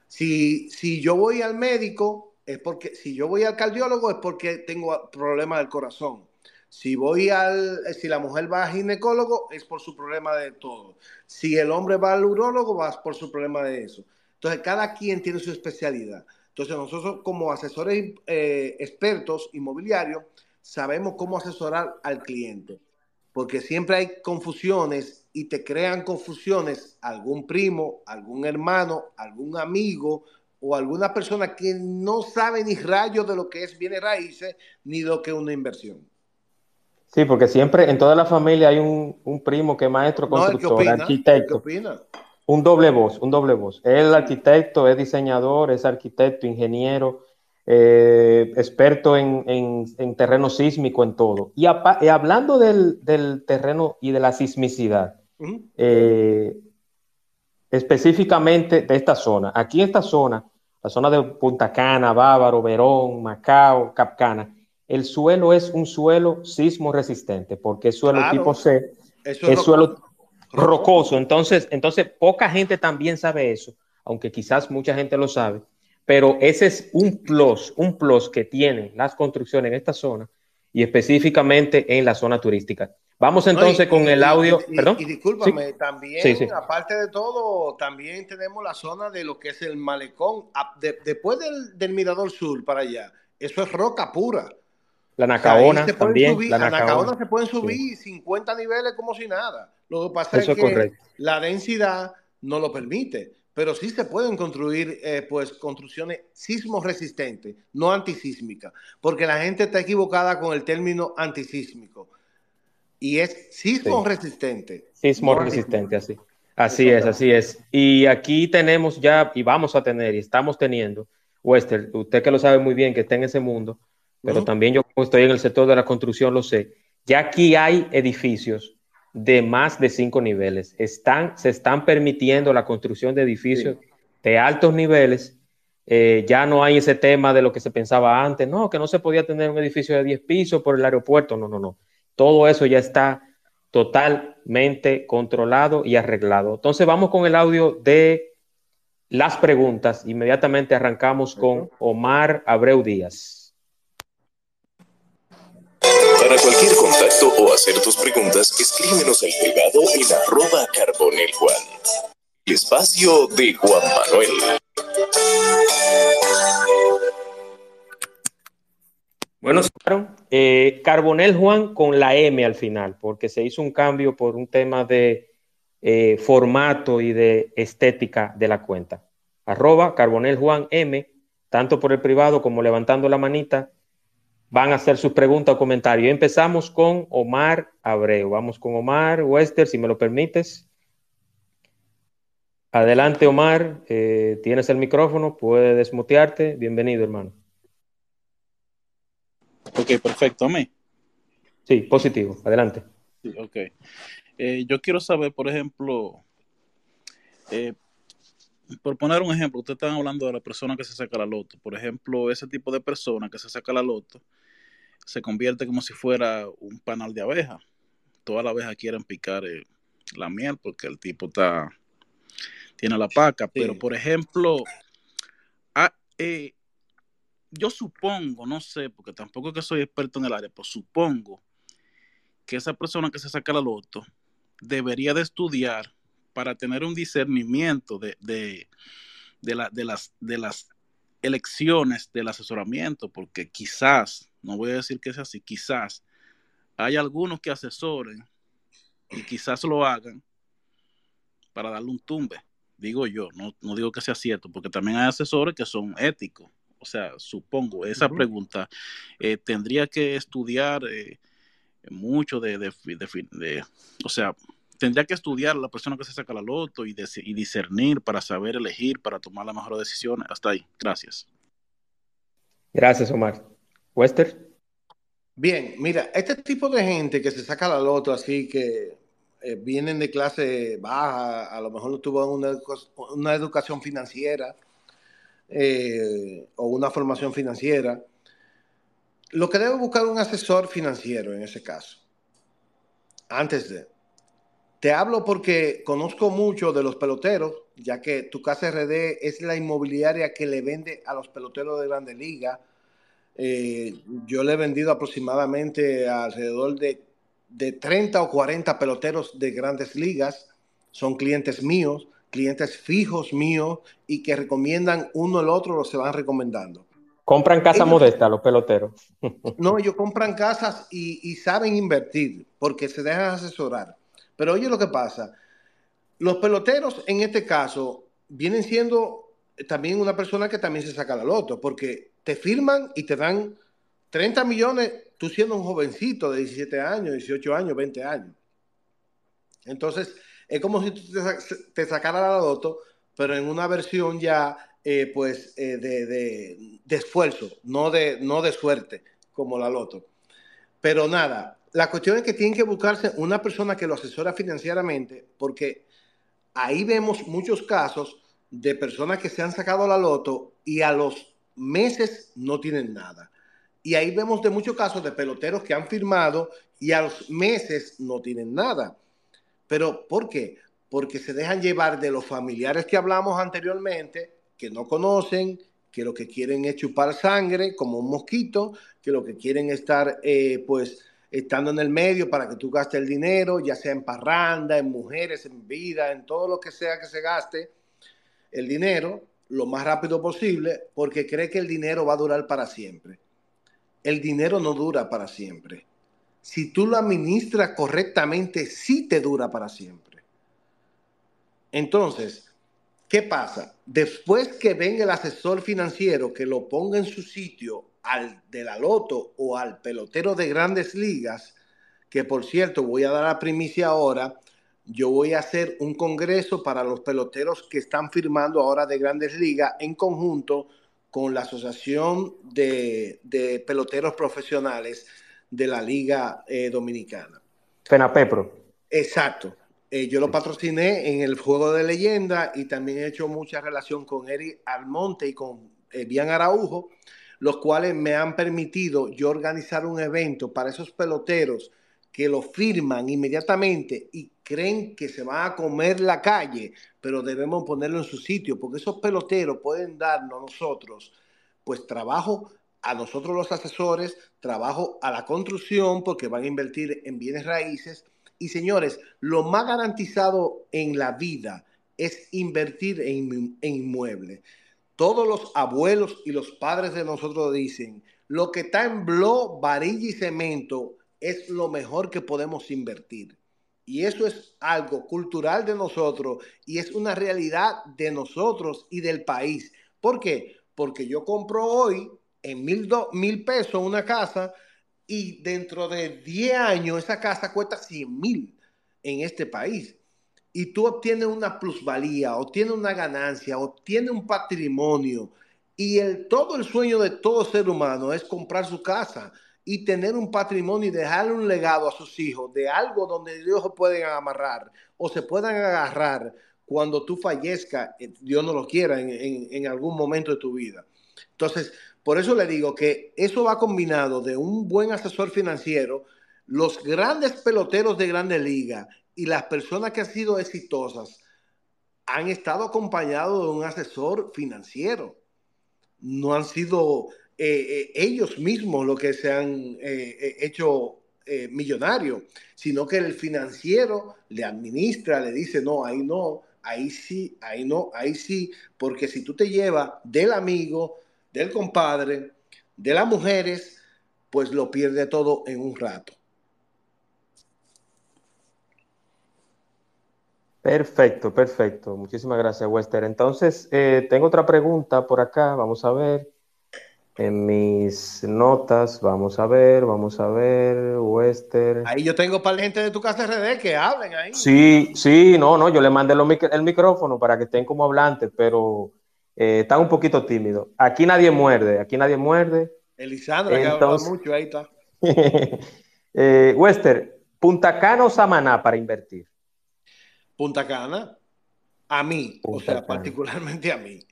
Speaker 3: Si, si yo voy al médico, es porque, si yo voy al cardiólogo, es porque tengo problemas del corazón. Si voy al, si la mujer va al ginecólogo, es por su problema de todo. Si el hombre va al urólogo, va por su problema de eso. Entonces, cada quien tiene su especialidad. Entonces, nosotros como asesores eh, expertos inmobiliarios, sabemos cómo asesorar al cliente. Porque siempre hay confusiones y te crean confusiones algún primo, algún hermano, algún amigo o alguna persona que no sabe ni rayos de lo que es bienes raíces ni de lo que es una inversión.
Speaker 2: Sí, porque siempre en toda la familia hay un, un primo que es maestro, constructor,
Speaker 3: no, el que opina,
Speaker 2: arquitecto.
Speaker 3: El que opina.
Speaker 2: Un doble voz, un doble voz. Es arquitecto, es diseñador, es arquitecto, ingeniero, eh, experto en, en, en terreno sísmico, en todo. Y, a, y hablando del, del terreno y de la sismicidad, uh-huh. eh, específicamente de esta zona. Aquí en esta zona, la zona de Punta Cana, Bávaro, Verón, Macao, Capcana, el suelo es un suelo sismo resistente, porque es suelo claro, tipo C,
Speaker 3: eso es,
Speaker 2: es suelo rocoso. Entonces, entonces, poca gente también sabe eso, aunque quizás mucha gente lo sabe, pero ese es un plus, un plus que tienen las construcciones en esta zona y específicamente en la zona turística. Vamos entonces no, y, con y, el audio.
Speaker 3: Y, y,
Speaker 2: ¿Perdón?
Speaker 3: Y, y discúlpame, ¿sí? también,
Speaker 2: sí, sí.
Speaker 3: aparte de todo, también tenemos la zona de lo que es el malecón. De, después del, del Mirador Sur para allá, eso es roca pura.
Speaker 2: La Nacaona,
Speaker 3: o sea,
Speaker 2: también.
Speaker 3: Subir,
Speaker 2: la
Speaker 3: a
Speaker 2: Nacaona.
Speaker 3: Nacaona se pueden subir sí. cincuenta niveles como si nada. Lo que pasa
Speaker 2: eso
Speaker 3: es que
Speaker 2: es correcto.
Speaker 3: la densidad no lo permite. pero sí se pueden construir eh, pues construcciones sismo resistentes, no antisísmicas, porque la gente está equivocada con el término antisísmico y es sismo
Speaker 2: Sí.
Speaker 3: resistente,
Speaker 2: Sismo
Speaker 3: no
Speaker 2: resistente,
Speaker 3: antisísmico.
Speaker 2: así. Así es,
Speaker 3: Exactamente.
Speaker 2: así es. Y aquí tenemos ya, y vamos a tener, y estamos teniendo, Wester, usted que lo sabe muy bien, que está en ese mundo, pero
Speaker 3: Uh-huh.
Speaker 2: también yo como estoy en el sector de la construcción lo sé, ya aquí hay edificios de más de cinco niveles. Están, se están permitiendo la construcción de edificios
Speaker 3: Sí.
Speaker 2: de altos niveles. Eh, ya no hay ese tema de lo que se pensaba antes, no, que no se podía tener un edificio de diez pisos por el aeropuerto, no, no, no. Todo eso ya está totalmente controlado y arreglado. Entonces vamos con el audio de las preguntas. Inmediatamente arrancamos con Omar Abreu Díaz.
Speaker 1: Para cualquier contacto o hacer tus preguntas, escríbenos al privado en arroba Carbonel Juan. El espacio de Juan Manuel.
Speaker 2: Bueno, eh, Carbonel Juan con la M al final, porque se hizo un cambio por un tema de eh, formato y de estética de la cuenta. Arroba Carbonel Juan M, tanto por el privado como levantando la manita, van a hacer sus preguntas o comentarios. Empezamos con Omar Abreu. Vamos con Omar Wester, si me lo permites. Adelante, Omar. Eh, tienes el micrófono, puedes desmutearte. Bienvenido, hermano.
Speaker 4: Ok, perfecto. ¿A mí?
Speaker 2: Sí, positivo. Adelante.
Speaker 4: Sí, ok. Eh, yo quiero saber, por ejemplo, eh, por poner un ejemplo, ustedes están hablando de la persona que se saca la loto. Por ejemplo, ese tipo de persona que se saca la loto se convierte como si fuera un panal de abeja. Todas las abejas quieren picar eh, la miel porque el tipo está tiene la paca. Pero,
Speaker 3: Sí.
Speaker 4: por ejemplo, ah, eh, yo supongo, no sé, porque tampoco es que soy experto en el área, pero supongo que esa persona que se saca la loto debería de estudiar para tener un discernimiento de, de, de, la, de, las, de las elecciones del asesoramiento, porque quizás, no voy a decir que es así, quizás hay algunos que asesoren y quizás lo hagan para darle un tumbe, digo yo, no, no digo que sea cierto, porque también hay asesores que son éticos. O sea, supongo, esa
Speaker 3: Uh-huh.
Speaker 4: pregunta eh, tendría que estudiar eh, mucho de, de, de, de, o sea, tendría que estudiar la persona que se saca la loto y, de, y discernir para saber elegir, para tomar las mejores decisiones. Hasta ahí. Gracias.
Speaker 2: Gracias, Omar. Wester.
Speaker 3: Bien, mira, este tipo de gente que se saca la loto así, que eh, vienen de clase baja, a lo mejor no tuvo una, una educación financiera eh, o una formación financiera, lo que debe buscar un asesor financiero en ese caso, antes de... Te hablo porque conozco mucho de los peloteros, ya que tu casa R D es la inmobiliaria que le vende a los peloteros de Grandes Ligas. Eh, yo le he vendido aproximadamente alrededor de, de treinta o cuarenta peloteros de Grandes Ligas. Son clientes míos, clientes fijos míos y que recomiendan uno al otro, se van recomendando.
Speaker 2: Compran casa
Speaker 3: Ellos,
Speaker 2: modesta, los peloteros.
Speaker 3: no, ellos compran casas y, y saben invertir porque se dejan asesorar. Pero oye lo que pasa, los peloteros en este caso vienen siendo también una persona que también se saca la loto, porque te firman y te dan treinta millones, tú siendo un jovencito de diecisiete años, dieciocho años, veinte años. Entonces, es como si tú te, te sacaras la loto, pero en una versión ya, eh, pues, eh, de, de, de esfuerzo, no de, no de suerte, como la loto. Pero nada, la cuestión es que tienen que buscarse una persona que lo asesora financieramente, porque ahí vemos muchos casos de personas que se han sacado la loto y a los meses no tienen nada. Y ahí vemos de muchos casos de peloteros que han firmado y a los meses no tienen nada. ¿Pero por qué? Porque se dejan llevar de los familiares que hablamos anteriormente, que no conocen, que lo que quieren es chupar sangre como un mosquito, que lo que quieren es estar, eh, pues, estando en el medio para que tú gastes el dinero, ya sea en parranda, en mujeres, en vida, en todo lo que sea que se gaste el dinero lo más rápido posible, porque cree que el dinero va a durar para siempre. El dinero no dura para siempre. Si tú lo administras correctamente, sí te dura para siempre. Entonces, ¿Qué pasa? Después que venga el asesor financiero que lo ponga en su sitio al de la loto o al pelotero de grandes ligas, que por cierto voy a dar la primicia ahora, yo voy a hacer un congreso para los peloteros que están firmando ahora de grandes ligas en conjunto con la Asociación de, de Peloteros Profesionales de la Liga eh, Dominicana.
Speaker 2: FENAPEPRO.
Speaker 3: Exacto. Eh, yo lo patrociné en el Juego de Leyenda y también he hecho mucha relación con Eric Almonte y con eh, Bian Araujo, los cuales me han permitido yo organizar un evento para esos peloteros que lo firman inmediatamente y creen que se van a comer la calle, pero debemos ponerlo en su sitio, porque esos peloteros pueden darnos a nosotros, pues trabajo a nosotros los asesores, trabajo a la construcción, porque van a invertir en bienes raíces. Y señores, lo más garantizado en la vida es invertir en, en inmuebles. Todos los abuelos y los padres de nosotros dicen, lo que está en blo, varilla y cemento es lo mejor que podemos invertir. Y eso es algo cultural de nosotros y es una realidad de nosotros y del país. ¿Por qué? Porque yo compro hoy en mil, do, mil pesos una casa y dentro de diez años esa casa cuesta cien mil en este país. Y tú obtienes una plusvalía, obtienes una ganancia, obtienes un patrimonio. Y el, todo el sueño de todo ser humano es comprar su casa y tener un patrimonio y dejarle un legado a sus hijos de algo donde Dios se pueden amarrar o se puedan agarrar cuando tú fallezcas, Dios no lo quiera, en, en, en algún momento de tu vida. Entonces, por eso le digo que eso va combinado de un buen asesor financiero, los grandes peloteros de grandes ligas y las personas que han sido exitosas han estado acompañados de un asesor financiero. No han sido eh, eh, ellos mismos los que se han eh, hecho eh, millonarios, sino que el financiero le administra, le dice, no, ahí no, ahí sí, ahí no, ahí sí, porque si tú te llevas del amigo, del compadre, de las mujeres, pues lo pierde todo en un rato.
Speaker 2: Perfecto, perfecto. Muchísimas gracias, Wester. Entonces, eh, tengo otra pregunta por acá. Vamos a ver. En mis notas, vamos a ver, vamos a ver, Wester.
Speaker 3: Ahí yo tengo para la gente de tu casa R D que hablen ahí.
Speaker 2: Sí, sí, no, no, yo le mandé los mic- el micrófono para que estén como hablantes, pero eh, están un poquito tímidos. Aquí nadie muerde, aquí nadie muerde.
Speaker 3: Elisandra,
Speaker 2: Entonces,
Speaker 3: que habla mucho, ahí está.
Speaker 2: eh, Wester, ¿Punta Cana o Samaná para invertir?
Speaker 3: Punta Cana, a mí,
Speaker 2: Punta
Speaker 3: o sea,
Speaker 2: Cana.
Speaker 3: particularmente a mí.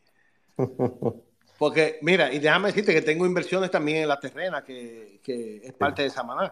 Speaker 3: Porque, mira, y déjame decirte que tengo inversiones también en la terrena, que, que es parte de Samaná.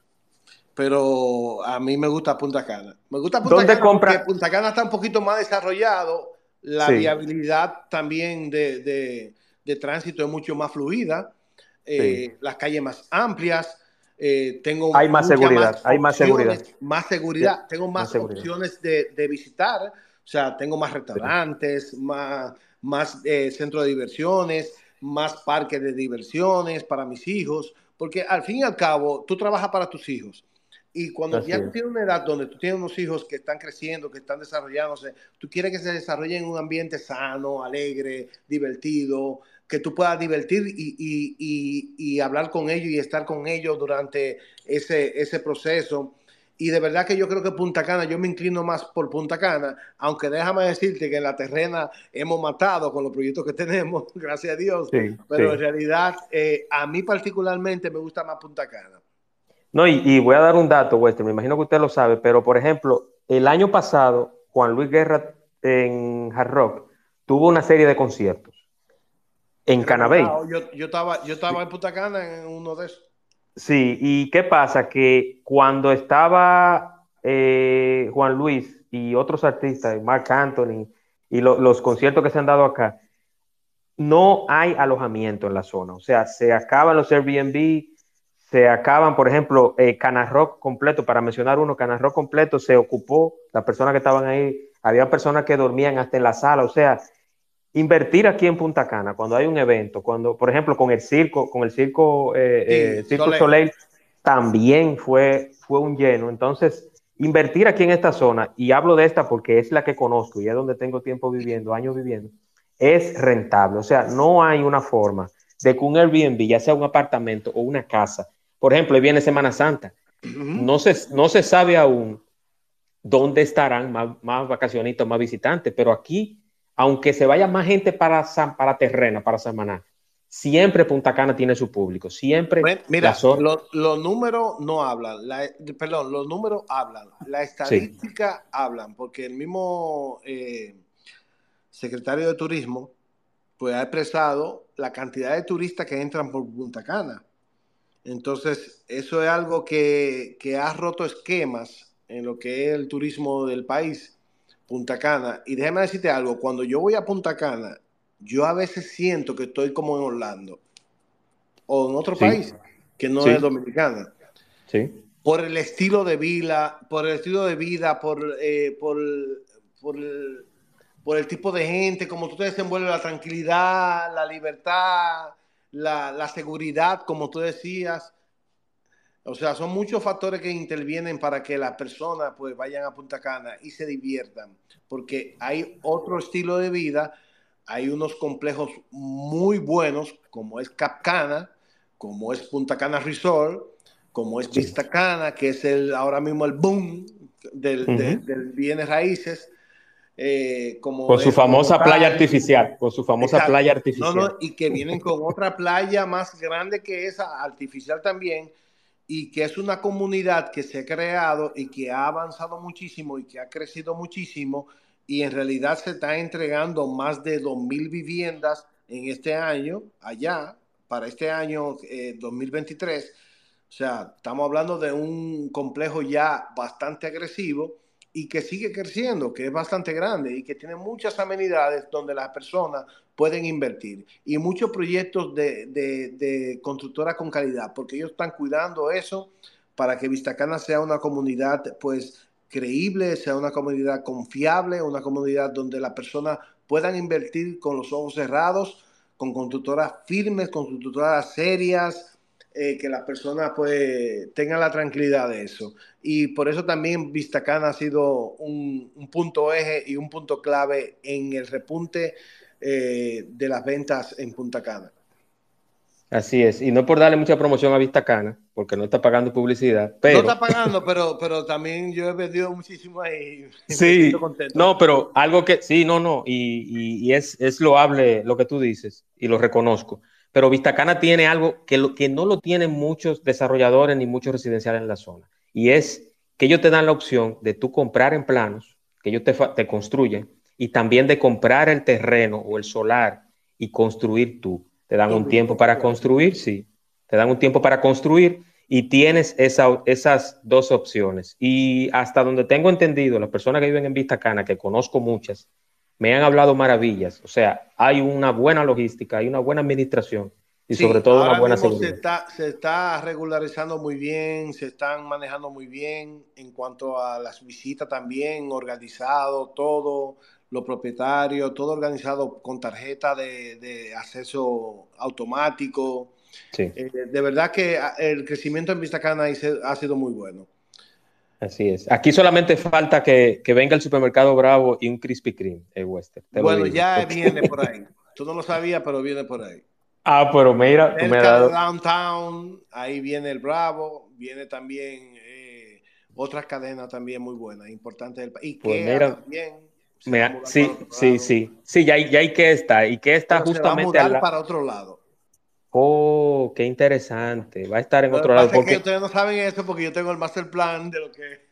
Speaker 3: Pero a mí me gusta Punta Cana. Me gusta Punta
Speaker 2: ¿Dónde
Speaker 3: Cana
Speaker 2: compra?
Speaker 3: porque Punta Cana está un poquito más desarrollado. La
Speaker 2: Sí,
Speaker 3: viabilidad también de, de, de tránsito es mucho más fluida. Eh,
Speaker 2: sí.
Speaker 3: las calles más amplias. Eh, tengo
Speaker 2: Hay más
Speaker 3: muchas
Speaker 2: seguridad,
Speaker 3: más
Speaker 2: hay más seguridad.
Speaker 3: opciones, más
Speaker 2: Yeah,
Speaker 3: seguridad. Tengo
Speaker 2: más
Speaker 3: más
Speaker 2: seguridad.
Speaker 3: opciones de, de visitar. O sea, tengo más restaurantes, más, más eh, centros de diversiones, más parques de diversiones para mis hijos. Porque al fin y al cabo, tú trabajas para tus hijos. Y cuando
Speaker 2: Así
Speaker 3: ya tú
Speaker 2: es.
Speaker 3: tienes una edad donde tú tienes unos hijos que están creciendo, que están desarrollándose, tú quieres que se desarrollen en un ambiente sano, alegre, divertido, que tú puedas divertir y, y, y, y hablar con ellos y estar con ellos durante ese, ese proceso. Y de verdad que yo creo que Punta Cana, yo me inclino más por Punta Cana, aunque déjame decirte que en la terrena hemos matado con los proyectos que tenemos, gracias a Dios,
Speaker 2: Sí,
Speaker 3: pero en
Speaker 2: sí.
Speaker 3: realidad eh, a mí particularmente me gusta más Punta Cana.
Speaker 2: No, y, y voy a dar un dato, Wester, me imagino que usted lo sabe, pero por ejemplo, el año pasado, Juan Luis Guerra en Hard Rock tuvo una serie de conciertos en
Speaker 3: Es
Speaker 2: Canabey.
Speaker 3: verdad, yo, yo, estaba, yo estaba en Punta Cana en uno de esos.
Speaker 2: Sí, y qué pasa que cuando estaba eh, Juan Luis y otros artistas, Marc Anthony, y lo, los conciertos que se han dado acá, no hay alojamiento en la zona. O sea, se acaban los Airbnb, se acaban, por ejemplo, eh, Cana Rock completo, para mencionar uno, Cana Rock completo se ocupó, las personas que estaban ahí, había personas que dormían hasta en la sala. O sea, invertir aquí en Punta Cana, cuando hay un evento, cuando, por ejemplo, con el circo, con el circo, eh,
Speaker 3: Sí,
Speaker 2: eh, Circo
Speaker 3: Soleil.
Speaker 2: Soleil, también fue, fue un lleno. Entonces, invertir aquí en esta zona, y hablo de esta porque es la que conozco y es donde tengo tiempo viviendo, años viviendo, es rentable. O sea, no hay una forma de que un Airbnb, ya sea un apartamento o una casa, por ejemplo, ahí viene Semana Santa,
Speaker 3: Ujú.
Speaker 2: no se, no se sabe aún dónde estarán más, más vacacionistas, más visitantes, pero aquí, aunque se vaya más gente para, San, para Terrena, para Samaná, siempre Punta Cana tiene su público, siempre
Speaker 3: Bueno,
Speaker 2: la
Speaker 3: mira,
Speaker 2: zona.
Speaker 3: lo- los números no hablan, la- perdón, los números hablan, la
Speaker 2: Sí,
Speaker 3: estadística hablan, porque el mismo eh, secretario de Turismo pues ha expresado la cantidad de turistas que entran por Punta Cana. Entonces, eso es algo que, que ha roto esquemas en lo que es el turismo del país, Punta Cana. Y déjame decirte algo, cuando yo voy a Punta Cana, yo a veces siento que estoy como en Orlando o en otro
Speaker 2: sí,
Speaker 3: país que no es
Speaker 2: sí,
Speaker 3: Dominicana.
Speaker 2: sí.
Speaker 3: Por el estilo de vida, por el estilo de vida, por, eh, por, por, el, por el tipo de gente, como tú te desenvuelves, la tranquilidad, la libertad, la, la seguridad, como tú decías. O sea, son muchos factores que intervienen para que las personas pues vayan a Punta Cana y se diviertan, porque hay otro estilo de vida, hay unos complejos muy buenos, como es Cap Cana, como es Punta Cana Resort, como es
Speaker 2: Sí.
Speaker 3: Vista Cana, que es el, ahora mismo el boom del, de,
Speaker 2: Uh-huh.
Speaker 3: del bienes raíces, eh,
Speaker 2: Con
Speaker 3: como
Speaker 2: su
Speaker 3: es
Speaker 2: famosa playa
Speaker 3: Montay,
Speaker 2: artificial, con su famosa playa
Speaker 3: exacto, no,
Speaker 2: artificial.
Speaker 3: no, y que vienen con otra playa más grande que esa, artificial también, y que es una comunidad que se ha creado y que ha avanzado muchísimo y que ha crecido muchísimo y en realidad se está entregando más de dos mil viviendas en este año, allá, para este año eh, dos mil veintitrés. O sea, estamos hablando de un complejo ya bastante agresivo y que sigue creciendo, que es bastante grande y que tiene muchas amenidades donde las personas pueden invertir y muchos proyectos de, de, de constructora con calidad, porque ellos están cuidando eso para que Vistacana sea una comunidad pues creíble, sea una comunidad confiable, una comunidad donde las personas puedan invertir con los ojos cerrados, con constructoras firmes, constructoras serias, eh, que las personas pues tengan la tranquilidad de eso. Y por eso también Vistacana ha sido un, un punto eje y un punto clave en el repunte eh, de las ventas en Punta Cana.
Speaker 2: Así es, y no por darle mucha promoción a Vista Cana, porque no está pagando publicidad,
Speaker 3: No
Speaker 2: pero
Speaker 3: está pagando, pero, pero también yo he vendido muchísimo ahí y me siento
Speaker 2: sí,
Speaker 3: contento.
Speaker 2: no, pero algo que sí, no, no, y, y, y es, es loable lo que tú dices, y lo reconozco, pero Vista Cana tiene algo que, lo, que no lo tienen muchos desarrolladores ni muchos residenciales en la zona, y es que ellos te dan la opción de tú comprar en planos, que ellos te, te construyen, y también de comprar el terreno o el solar y construir tú. Te dan
Speaker 3: Tú
Speaker 2: un tiempo
Speaker 3: mismo,
Speaker 2: para
Speaker 3: claro.
Speaker 2: construir, sí, te dan un tiempo para construir y tienes esa, esas dos opciones. Y hasta donde tengo entendido, las personas que viven en Vista Cana, que conozco muchas, me han hablado maravillas. O sea, hay una buena logística, hay una buena administración y sobre
Speaker 3: Sí,
Speaker 2: todo una
Speaker 3: ahora
Speaker 2: buena
Speaker 3: mismo se
Speaker 2: seguridad.
Speaker 3: está, se está regularizando muy bien, se están manejando muy bien en cuanto a las visitas también, organizado todo, los propietarios, todo organizado con tarjeta de, de acceso automático.
Speaker 2: Sí,
Speaker 3: Eh, de verdad que el crecimiento en Vista Cana ha sido muy bueno.
Speaker 2: así es. Aquí solamente falta que, que venga el supermercado Bravo y un Krispy Kreme, el Western, te lo
Speaker 3: Bueno,
Speaker 2: digo.
Speaker 3: ya
Speaker 2: Porque...
Speaker 3: viene por ahí. Tú no lo sabías, pero viene por ahí.
Speaker 2: ah, pero mira, tú me has
Speaker 3: Cerca de
Speaker 2: dado...
Speaker 3: Downtown, ahí viene el Bravo, viene también eh, otras cadenas también muy buenas, importantes del país.
Speaker 2: pues
Speaker 3: IKEA
Speaker 2: mira,
Speaker 3: también se va a
Speaker 2: me,
Speaker 3: mudar para
Speaker 2: sí,
Speaker 3: otro
Speaker 2: sí,
Speaker 3: lado,
Speaker 2: sí, sí, ya, ya hay que estar, y que está
Speaker 3: pero se va a
Speaker 2: justamente al
Speaker 3: mudar
Speaker 2: lado.
Speaker 3: para otro lado.
Speaker 2: Oh, qué interesante. Va a estar en
Speaker 3: Lo que
Speaker 2: otro lado
Speaker 3: pasa es que
Speaker 2: porque...
Speaker 3: ustedes no saben eso porque yo tengo el master plan de lo que...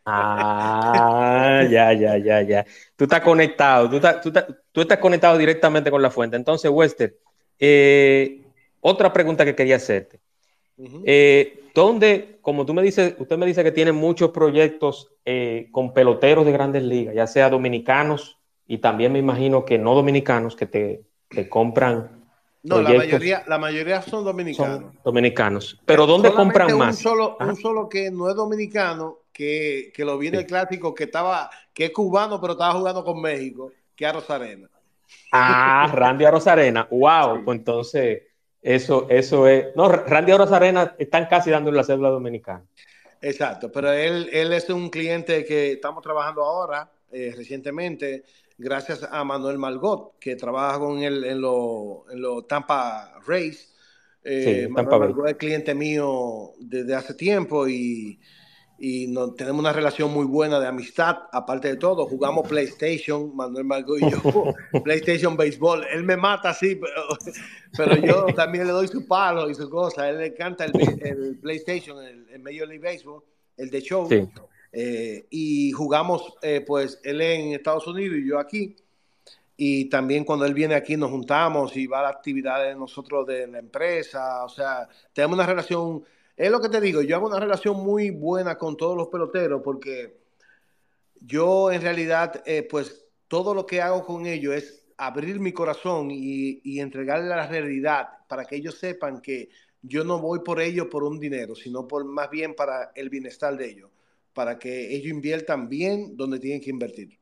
Speaker 2: ah, ya, ya, ya, ya. Tú estás conectado, tú estás, tú estás, tú estás conectado directamente con la fuente. Entonces, Wester, eh, otra pregunta que quería hacerte.
Speaker 3: Uh -huh.
Speaker 2: Eh, ¿Dónde, como tú me dices, usted me dice que tiene muchos proyectos eh, con peloteros de grandes ligas, ya sea dominicanos y también me imagino que no dominicanos que te, te compran
Speaker 3: No, la
Speaker 2: proyectos,
Speaker 3: mayoría, la mayoría son dominicanos.
Speaker 2: son dominicanos. Pero
Speaker 3: Eh,
Speaker 2: ¿dónde
Speaker 3: solamente
Speaker 2: compran
Speaker 3: un
Speaker 2: más?
Speaker 3: solo, un
Speaker 2: Ajá.
Speaker 3: solo que no es dominicano, que, que lo vi en el
Speaker 2: Sí.
Speaker 3: clásico, que estaba, que es cubano, pero estaba jugando con México, que es Rosarena.
Speaker 2: Ah, Randy Arozarena. Wow,
Speaker 3: Sí.
Speaker 2: pues entonces, eso, eso es. No, Randy Arozarena están casi dándole la cédula dominicana.
Speaker 3: Exacto, pero él, él es un cliente que estamos trabajando ahora, eh, recientemente, gracias a Manuel Margot, que trabaja con él en los en lo Tampa Rays.
Speaker 2: Sí,
Speaker 3: Eh,
Speaker 2: en
Speaker 3: Manuel
Speaker 2: Tampa Bay.
Speaker 3: Margot es cliente mío desde hace tiempo y, y no, tenemos una relación muy buena de amistad. Aparte de todo, jugamos PlayStation, Manuel Margot y yo, PlayStation Béisbol. Él me mata así, pero, pero yo también le doy su palo y su cosa. A él le encanta el, el PlayStation, el, el Major League Baseball, el de show.
Speaker 2: Sí.
Speaker 3: Eh, y jugamos, eh, pues él en Estados Unidos y yo aquí. Y también cuando él viene aquí nos juntamos y va a las actividades de nosotros de la empresa. O sea, tenemos una relación, es lo que te digo, yo hago una relación muy buena con todos los peloteros porque yo en realidad, eh, pues todo lo que hago con ellos es abrir mi corazón y, y entregarle la realidad para que ellos sepan que yo no voy por ellos por un dinero, sino por más bien para el bienestar de ellos, para que ellos inviertan bien donde tienen que invertir.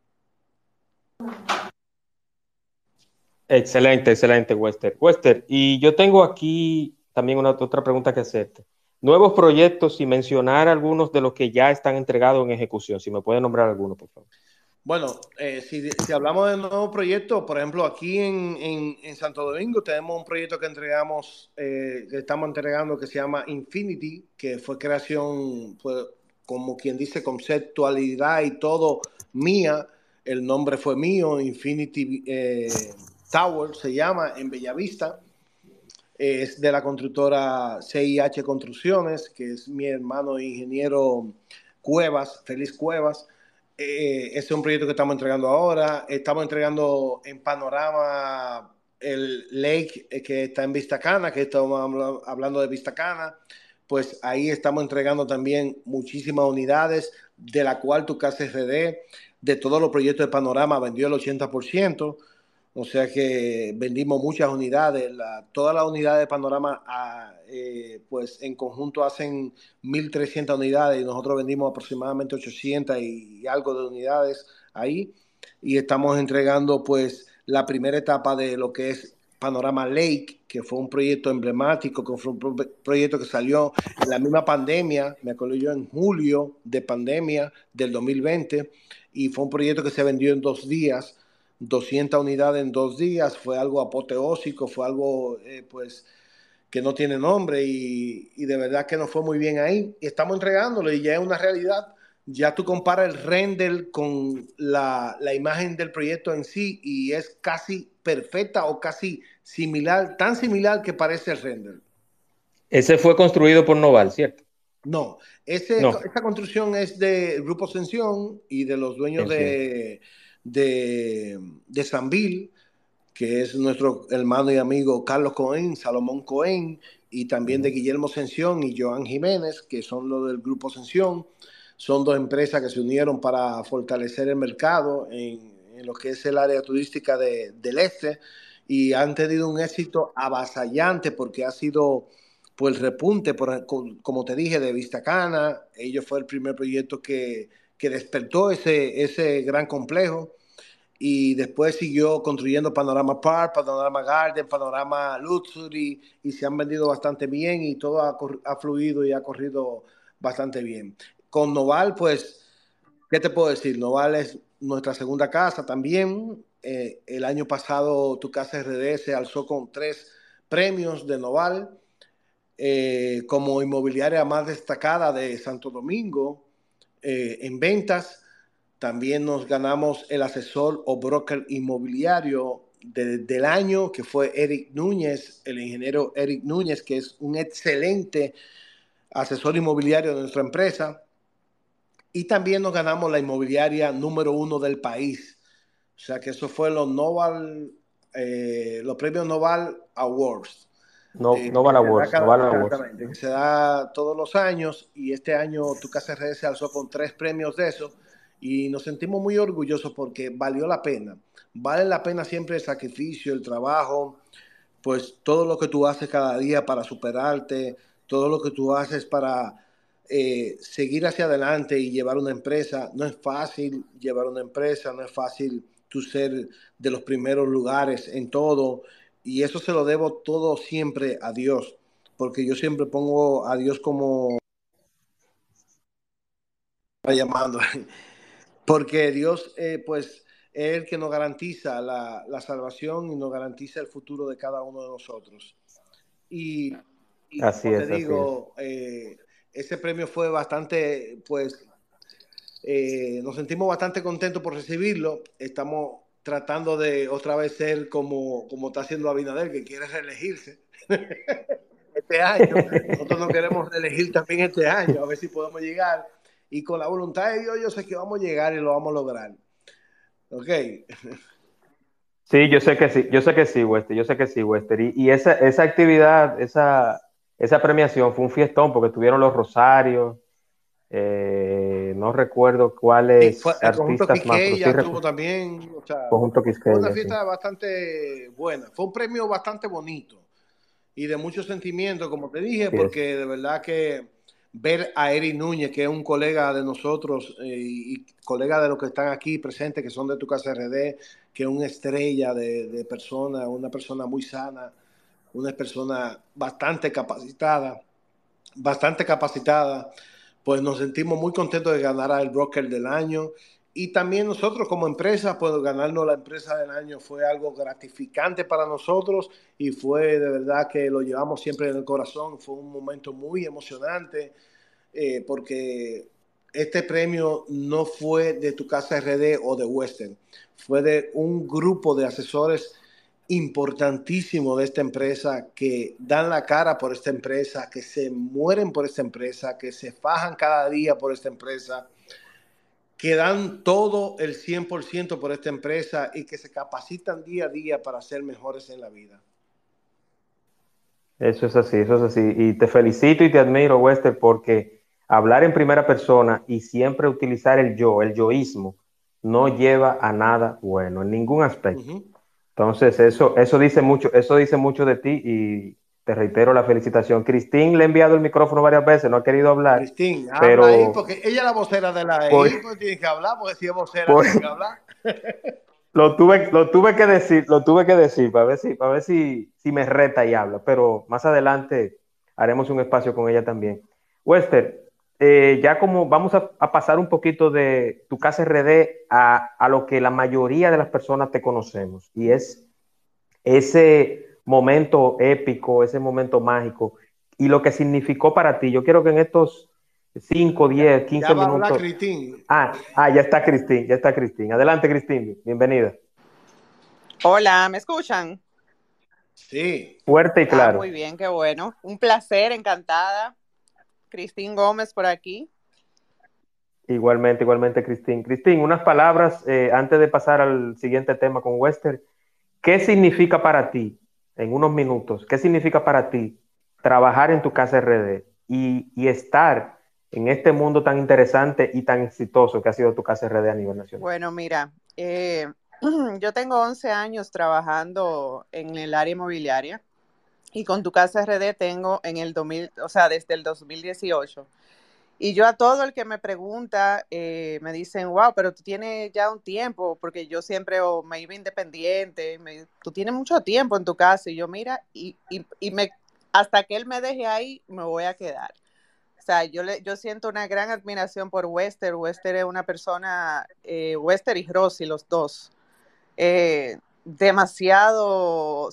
Speaker 2: Excelente, excelente, Wester. Wester, y yo tengo aquí también una otra pregunta que hacerte. Nuevos proyectos y mencionar algunos de los que ya están entregados en ejecución. Si me puede nombrar alguno, por favor.
Speaker 3: Bueno, eh, si, si hablamos de nuevos proyectos, por ejemplo, aquí en, en, en Santo Domingo tenemos un proyecto que entregamos, eh, que estamos entregando que se llama Infinity, que fue creación, pues, como quien dice, conceptualidad y todo mía. El nombre fue mío, Infinity eh, Tower se llama, en Bellavista. Es de la constructora C I H Construcciones, que es mi hermano ingeniero Cuevas, Félix Cuevas. Eh, ese es un proyecto que estamos entregando ahora. Estamos entregando en panorama el Lake eh, que está en Vistacana, que estamos hablando de Vistacana. Pues ahí estamos entregando también muchísimas unidades, de la cual tu casa R D, de todos los proyectos de panorama, vendió el ochenta por ciento. O sea que vendimos muchas unidades. La, todas las unidades de Panorama, ah, eh, pues en conjunto hacen mil trescientas unidades y nosotros vendimos aproximadamente ochocientas y, y algo de unidades ahí. Y estamos entregando pues la primera etapa de lo que es Panorama Lake, que fue un proyecto emblemático, que fue un pro proyecto que salió en la misma pandemia, me acuerdo yo, en julio de pandemia del dos mil veinte, y fue un proyecto que se vendió en dos días. doscientas unidades en dos días, fue algo apoteósico, fue algo eh, pues que no tiene nombre y, y, de verdad que nos fue muy bien ahí. Y estamos entregándolo y ya es una realidad. Ya tú comparas el render con la, la imagen del proyecto en sí y es casi perfecta o casi similar, tan similar que parece el render.
Speaker 2: Ese fue construido por Noval, ¿cierto?
Speaker 3: No, ese,
Speaker 2: No.
Speaker 3: esta construcción es de Grupo Ascensión y de los dueños de, de, de Sanvil, que es nuestro hermano y amigo Carlos Cohen, Salomón Cohen, y también de Guillermo Ascensión y Joan Jiménez, que son los del Grupo Ascensión. Son dos empresas que se unieron para fortalecer el mercado en, en lo que es el área turística de, del este y han tenido un éxito avasallante porque ha sido pues el repunte, por, como te dije, de Vistacana. Ellos fue el primer proyecto que, que despertó ese, ese gran complejo y después siguió construyendo Panorama Park, Panorama Garden, Panorama Luxury y se han vendido bastante bien y todo ha, ha fluido y ha corrido bastante bien. Con Noval, pues, ¿qué te puedo decir? Noval es nuestra segunda casa también. Eh, el año pasado tu casa R D se alzó con tres premios de Noval eh, como inmobiliaria más destacada de Santo Domingo eh, en ventas. También nos ganamos el asesor o broker inmobiliario de, del año, que fue Eric Núñez, el ingeniero Eric Núñez, que es un excelente asesor inmobiliario de nuestra empresa. Y también nos ganamos la inmobiliaria número uno del país. O sea que eso fue los Noval, eh, los premios Noval Awards.
Speaker 2: No,
Speaker 3: Eh,
Speaker 2: no
Speaker 3: que
Speaker 2: Val
Speaker 3: se da
Speaker 2: Awards, no
Speaker 3: cada,
Speaker 2: Val Awards.
Speaker 3: exactamente, que se da todos los años y este año tu casa R D se alzó con tres premios de eso y nos sentimos muy orgullosos porque valió la pena. Vale la pena siempre el sacrificio, el trabajo, pues todo lo que tú haces cada día para superarte, todo lo que tú haces para eh, seguir hacia adelante y llevar una empresa. No es fácil llevar una empresa, no es fácil tú ser de los primeros lugares en todo y eso se lo debo todo siempre a Dios, porque yo siempre pongo a Dios como está llamando. Porque Dios, eh, pues, es el que nos garantiza la, la salvación y nos garantiza el futuro de cada uno de nosotros. Y, y
Speaker 2: Así
Speaker 3: como te
Speaker 2: es, así es.
Speaker 3: digo, eh, ese premio fue bastante, pues, eh, nos sentimos bastante contentos por recibirlo. Estamos tratando de otra vez ser como, como está haciendo Abinader, que quiere reelegirse este año. Nosotros no queremos reelegir también este año, a ver si podemos llegar. Y con la voluntad de Dios, yo sé que vamos a llegar y lo vamos a lograr. Ok.
Speaker 2: Sí, yo sé que sí, yo sé que sí, Wester, yo sé que sí, Wester. Y, y esa, esa actividad, esa, esa premiación fue un fiestón porque tuvieron los rosarios, eh, no recuerdo
Speaker 3: Sí, fue,
Speaker 2: cuáles
Speaker 3: el conjunto
Speaker 2: artistas más, pero sí
Speaker 3: Quiqueya estuvo
Speaker 2: recuerdo.
Speaker 3: también, o sea,
Speaker 2: Conjunto
Speaker 3: fue una
Speaker 2: Quisqueya, sí.
Speaker 3: fiesta bastante buena, fue un premio bastante bonito y de mucho sentimiento, como te dije,
Speaker 2: Sí es.
Speaker 3: porque de verdad que ver a Eri Núñez, que es un colega de nosotros eh, y colega de los que están aquí presentes, que son de Tu Casa R D, que es una estrella de, de persona, una persona muy sana, una persona bastante capacitada, bastante capacitada, pues nos sentimos muy contentos de ganar al broker del año. Y también nosotros como empresa, pues ganarnos la empresa del año fue algo gratificante para nosotros y fue de verdad que lo llevamos siempre en el corazón. Fue un momento muy emocionante eh, porque este premio no fue de Tu Casa R D o de Western, fue de un grupo de asesores importantísimo de esta empresa que dan la cara por esta empresa, que se mueren por esta empresa, que se fajan cada día por esta empresa, que dan todo el cien por ciento por esta empresa y que se capacitan día a día para ser mejores en la vida.
Speaker 2: Eso es así, eso es así. Y te felicito y te admiro, Wester, porque hablar en primera persona y siempre utilizar el yo, el yoísmo, no lleva a nada bueno, en ningún
Speaker 3: Uh
Speaker 2: aspecto.
Speaker 3: -huh.
Speaker 2: Entonces, eso, eso dice mucho, eso dice mucho de ti y te reitero la felicitación. Cristín le he enviado el micrófono varias veces, no ha querido hablar,
Speaker 3: Cristín, habla ahí
Speaker 2: pero
Speaker 3: porque ella es la vocera de la
Speaker 2: por,
Speaker 3: E I, pues tiene que hablar, porque si es vocera
Speaker 2: por,
Speaker 3: tiene que hablar.
Speaker 2: lo tuve, lo tuve que decir, lo tuve que decir para ver si, para ver si, si me reta y habla, pero más adelante haremos un espacio con ella también. Wester, eh, ya como vamos a, a, pasar un poquito de Tu Casa R D a, a lo que la mayoría de las personas te conocemos, y es ese momento épico, ese momento mágico, y lo que significó para ti. Yo quiero que en estos cinco,
Speaker 3: Ya,
Speaker 2: diez,
Speaker 3: ya
Speaker 2: quince
Speaker 3: va a hablar
Speaker 2: minutos...
Speaker 3: Cristín.
Speaker 2: Ah, ah, ya está Cristín, ya está Cristín. Adelante, Cristín, bienvenida.
Speaker 5: Hola, ¿me escuchan?
Speaker 3: Sí.
Speaker 2: Fuerte y
Speaker 5: Ah,
Speaker 2: claro.
Speaker 5: muy bien, qué bueno. Un placer, encantada. Cristín Gómez por aquí.
Speaker 2: Igualmente, igualmente, Cristín. Cristín, unas palabras eh, antes de pasar al siguiente tema con Wester. ¿Qué significa para ti, en unos minutos, qué significa para ti trabajar en Tu Casa R D y, y estar en este mundo tan interesante y tan exitoso que ha sido Tu Casa R D a nivel nacional?
Speaker 5: Bueno, mira, eh, yo tengo once años trabajando en el área inmobiliaria y con Tu Casa R D tengo en el dos mil, o sea, desde el dos mil dieciocho. Y yo a todo el que me pregunta, eh, me dicen, wow, pero tú tienes ya un tiempo, porque yo siempre oh, me iba independiente, me, tú tienes mucho tiempo en tu casa. Y yo, mira, y, y, y me, hasta que él me deje ahí, me voy a quedar. O sea, yo, le, yo siento una gran admiración por Wester. Wester es una persona, eh, Wester y Rosy, los dos, eh, demasiado,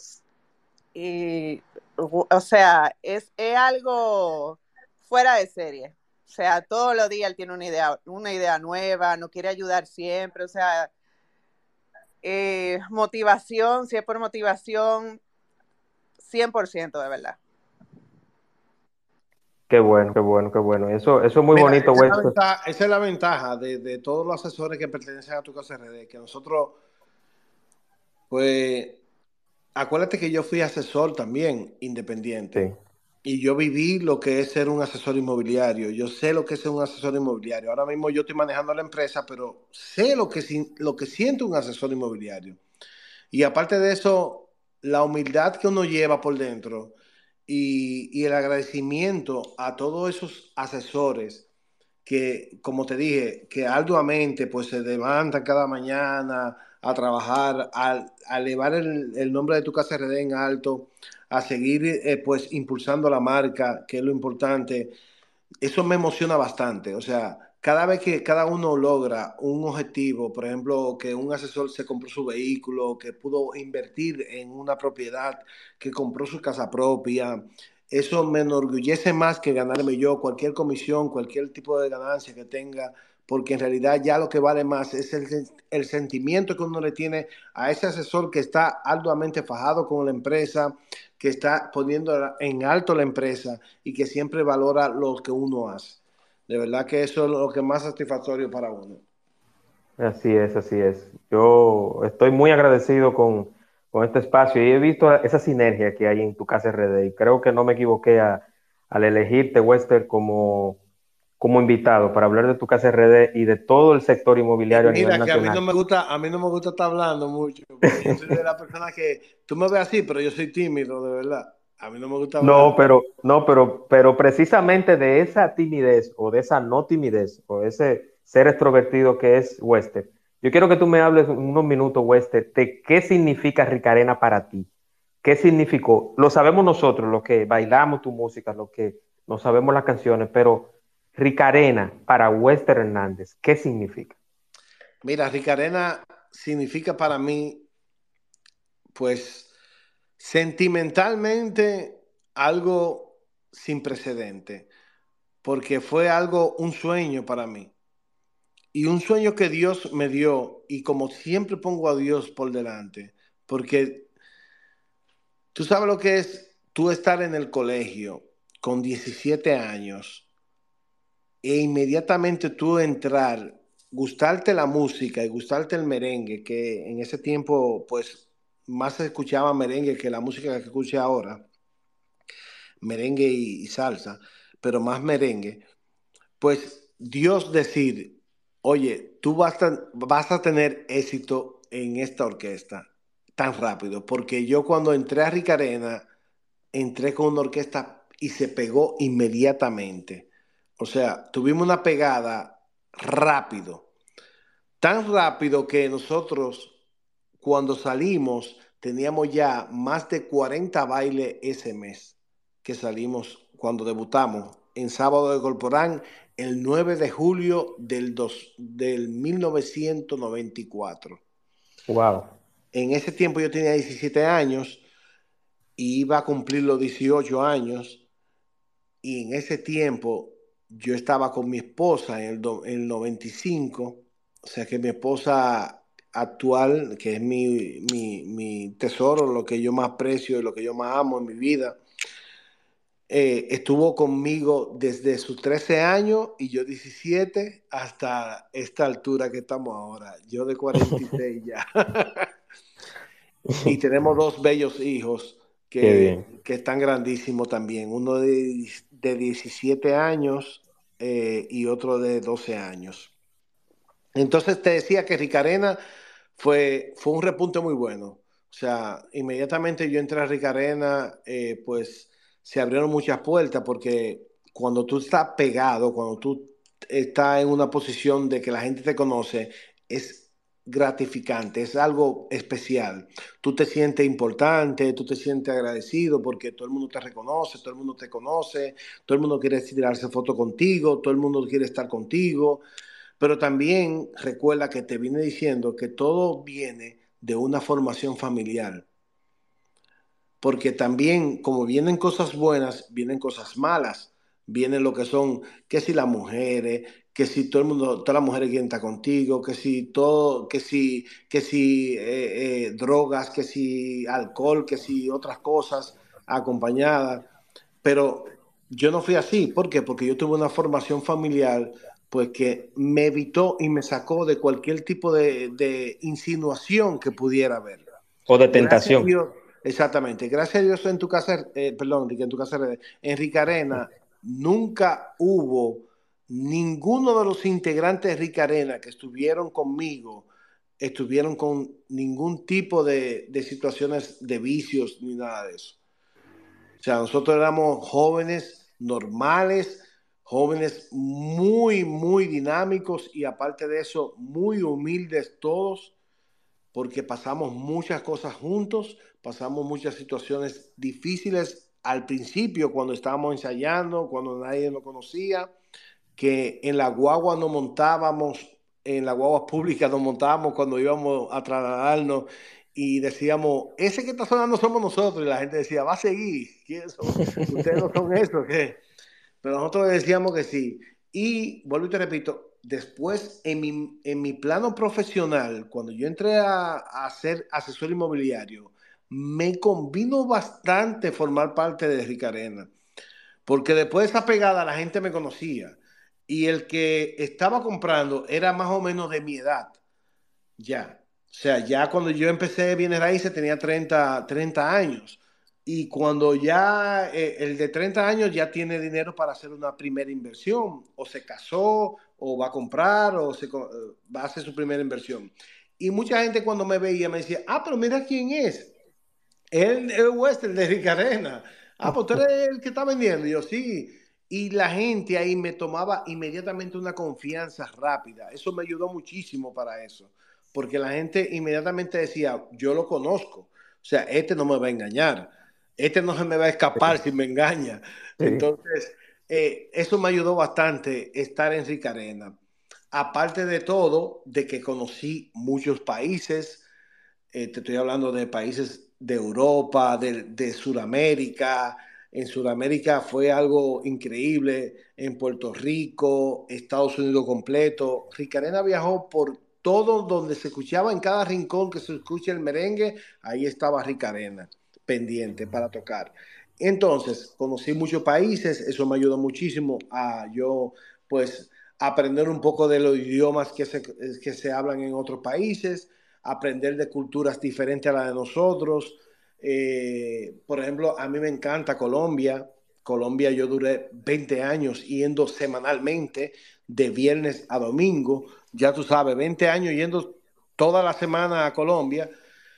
Speaker 5: y, o sea, es, es algo fuera de serie. O sea, todos los días él tiene una idea, una idea nueva, nos quiere ayudar siempre. O sea, eh, motivación, si es por motivación, cien por ciento de verdad.
Speaker 2: Qué bueno, qué bueno, qué bueno. Eso, eso es muy
Speaker 3: Mira,
Speaker 2: bonito,
Speaker 3: esa es la
Speaker 2: Wester.
Speaker 3: ventaja, esa es la ventaja de, de todos los asesores que pertenecen a Tu Casa R D, que nosotros, pues, acuérdate que yo fui asesor también, independiente.
Speaker 2: Sí.
Speaker 3: Y yo viví lo que es ser un asesor inmobiliario. Yo sé lo que es ser un asesor inmobiliario. Ahora mismo yo estoy manejando la empresa, pero sé lo que, lo que siente un asesor inmobiliario. Y aparte de eso, la humildad que uno lleva por dentro y, y el agradecimiento a todos esos asesores que, como te dije, que arduamente pues se levantan cada mañana a trabajar, a, a elevar el, el nombre de Tu Casa R D en alto, a seguir eh, pues impulsando la marca, que es lo importante. Eso me emociona bastante. O sea, cada vez que cada uno logra un objetivo, por ejemplo, que un asesor se compró su vehículo, que pudo invertir en una propiedad, que compró su casa propia, eso me enorgullece más que ganarme yo cualquier comisión, cualquier tipo de ganancia que tenga, porque en realidad ya lo que vale más es el, el sentimiento que uno le tiene a ese asesor que está arduamente fajado con la empresa, que está poniendo en alto la empresa y que siempre valora lo que uno hace. De verdad que eso es lo que es más satisfactorio para uno.
Speaker 2: Así es, así es. Yo estoy muy agradecido con, con este espacio y he visto esa sinergia que hay en tu casa R D y creo que no me equivoqué a, al elegirte, Wester, como, como invitado para hablar de tu casa R D y de todo el sector
Speaker 3: Y
Speaker 2: inmobiliario a nivel
Speaker 3: mira que a mí no
Speaker 2: nacional.
Speaker 3: me gusta, a mí no me gusta estar hablando mucho, porque yo soy de la persona que tú me ves así, pero yo soy tímido, de verdad. A mí no me gusta hablar.
Speaker 2: No, pero, no, pero, pero precisamente de esa timidez o de esa no timidez o ese ser extrovertido que es Wester, yo quiero que tú me hables unos minutos, Wester, de qué significa Ricarena para ti. ¿Qué significó? Lo sabemos nosotros, los que bailamos tu música, los que no sabemos las canciones, pero Ricarena para Wester Hernández, ¿qué significa?
Speaker 3: Mira, Ricarena significa para mí, pues, sentimentalmente algo sin precedente, porque fue algo, un sueño para mí. Y un sueño que Dios me dio, y como siempre pongo a Dios por delante, porque tú sabes lo que es tú estar en el colegio con diecisiete años e inmediatamente tú entrar, gustarte la música y gustarte el merengue, que en ese tiempo pues más se escuchaba merengue que la música que escuché ahora, merengue y, y salsa, pero más merengue, pues Dios decir, oye, tú vas a, vas a tener éxito en esta orquesta tan rápido, porque yo cuando entré a Ricarena, entré con una orquesta y se pegó inmediatamente. O sea, tuvimos una pegada rápido, tan rápido que nosotros cuando salimos teníamos ya más de cuarenta bailes ese mes que salimos cuando debutamos en Sábado de Corporán el nueve de julio del, dos, del mil novecientos noventa y cuatro.
Speaker 2: Wow.
Speaker 3: En ese tiempo yo tenía diecisiete años y iba a cumplir los dieciocho años. Y en ese tiempo yo estaba con mi esposa en el, do, en el noventa y cinco, o sea que mi esposa actual, que es mi, mi, mi tesoro, lo que yo más aprecio y lo que yo más amo en mi vida, eh, estuvo conmigo desde sus trece años y yo diecisiete hasta esta altura que estamos ahora, yo de cuarenta y seis ya. Y tenemos dos bellos hijos
Speaker 2: Qué
Speaker 3: que,
Speaker 2: bien.
Speaker 3: que están grandísimos también. Uno de, de diecisiete años eh, y otro de doce años. Entonces te decía que Ricarena fue, fue un repunte muy bueno. O sea, inmediatamente yo entré a Ricarena, eh, pues se abrieron muchas puertas porque cuando tú estás pegado, cuando tú estás en una posición de que la gente te conoce, es gratificante, es algo especial. Tú te sientes importante, tú te sientes agradecido porque todo el mundo te reconoce, todo el mundo te conoce, todo el mundo quiere tirarse foto contigo, todo el mundo quiere estar contigo. Pero también recuerda que te vine diciendo que todo viene de una formación familiar. Porque también, como vienen cosas buenas, vienen cosas malas. Vienen lo que son, que si las mujeres, que si todo el mundo, todas las mujeres quieren estar contigo, que si todo, que si, que si eh, eh, drogas, que si alcohol, que si otras cosas acompañadas. Pero yo no fui así. ¿Por qué? Porque yo tuve una formación familiar pues que me evitó y me sacó de cualquier tipo de, de insinuación que pudiera haber.
Speaker 2: O de
Speaker 3: Gracias a
Speaker 2: tentación.
Speaker 3: Dios, exactamente. Gracias a Dios en tu casa, eh, perdón, en tu casa, en Ricarena, nunca hubo ninguno de los integrantes de Ricarena que estuvieron conmigo, estuvieron con ningún tipo de, de situaciones de vicios ni nada de eso. O sea, nosotros éramos jóvenes normales, jóvenes muy, muy dinámicos y aparte de eso, muy humildes todos, porque pasamos muchas cosas juntos, pasamos muchas situaciones difíciles al principio cuando estábamos ensayando, cuando nadie nos conocía, que en la guagua nos montábamos, en la guagua pública nos montábamos cuando íbamos a trasladarnos y decíamos, ese que está sonando somos nosotros. Y la gente decía, va a seguir. ¿Quiénes son? Ustedes no son eso, ¿qué? Pero nosotros le decíamos que sí. Y vuelvo y te repito, después en mi, en mi plano profesional, cuando yo entré a, a ser asesor inmobiliario, me convino bastante formar parte de Ricarena, porque después de esa pegada la gente me conocía y el que estaba comprando era más o menos de mi edad, ya. O sea, ya cuando yo empecé bienes raíces tenía treinta treinta años. Y cuando ya eh, el de treinta años ya tiene dinero para hacer una primera inversión, o se casó, o va a comprar, o se, co- eh, va a hacer su primera inversión. Y mucha gente cuando me veía me decía, ah, pero mira quién es. El, el western de Rick Arena. Ah, pues tú eres el que está vendiendo. Y yo, sí. Y la gente ahí me tomaba inmediatamente una confianza rápida. Eso me ayudó muchísimo para eso. Porque la gente inmediatamente decía, yo lo conozco. O sea, este no me va a engañar. Este no se me va a escapar
Speaker 2: Sí,
Speaker 3: si me engaña.
Speaker 2: sí.
Speaker 3: Entonces, eh, eso me ayudó bastante estar en Rick Arena. Aparte de todo, de que conocí muchos países, eh, te estoy hablando de países de Europa, de, de Sudamérica. En Sudamérica fue algo increíble. En Puerto Rico, Estados Unidos completo. Ricarena viajó por todo donde se escuchaba, en cada rincón que se escucha el merengue, ahí estaba Ricarena pendiente para tocar. Entonces, conocí muchos países, eso me ayudó muchísimo a yo, pues, aprender un poco de los idiomas que se, que se hablan en otros países, aprender de culturas diferentes a las de nosotros. Eh, por ejemplo, a mí me encanta Colombia. Colombia yo duré veinte años yendo semanalmente de viernes a domingo. Ya tú sabes, veinte años yendo toda la semana a Colombia.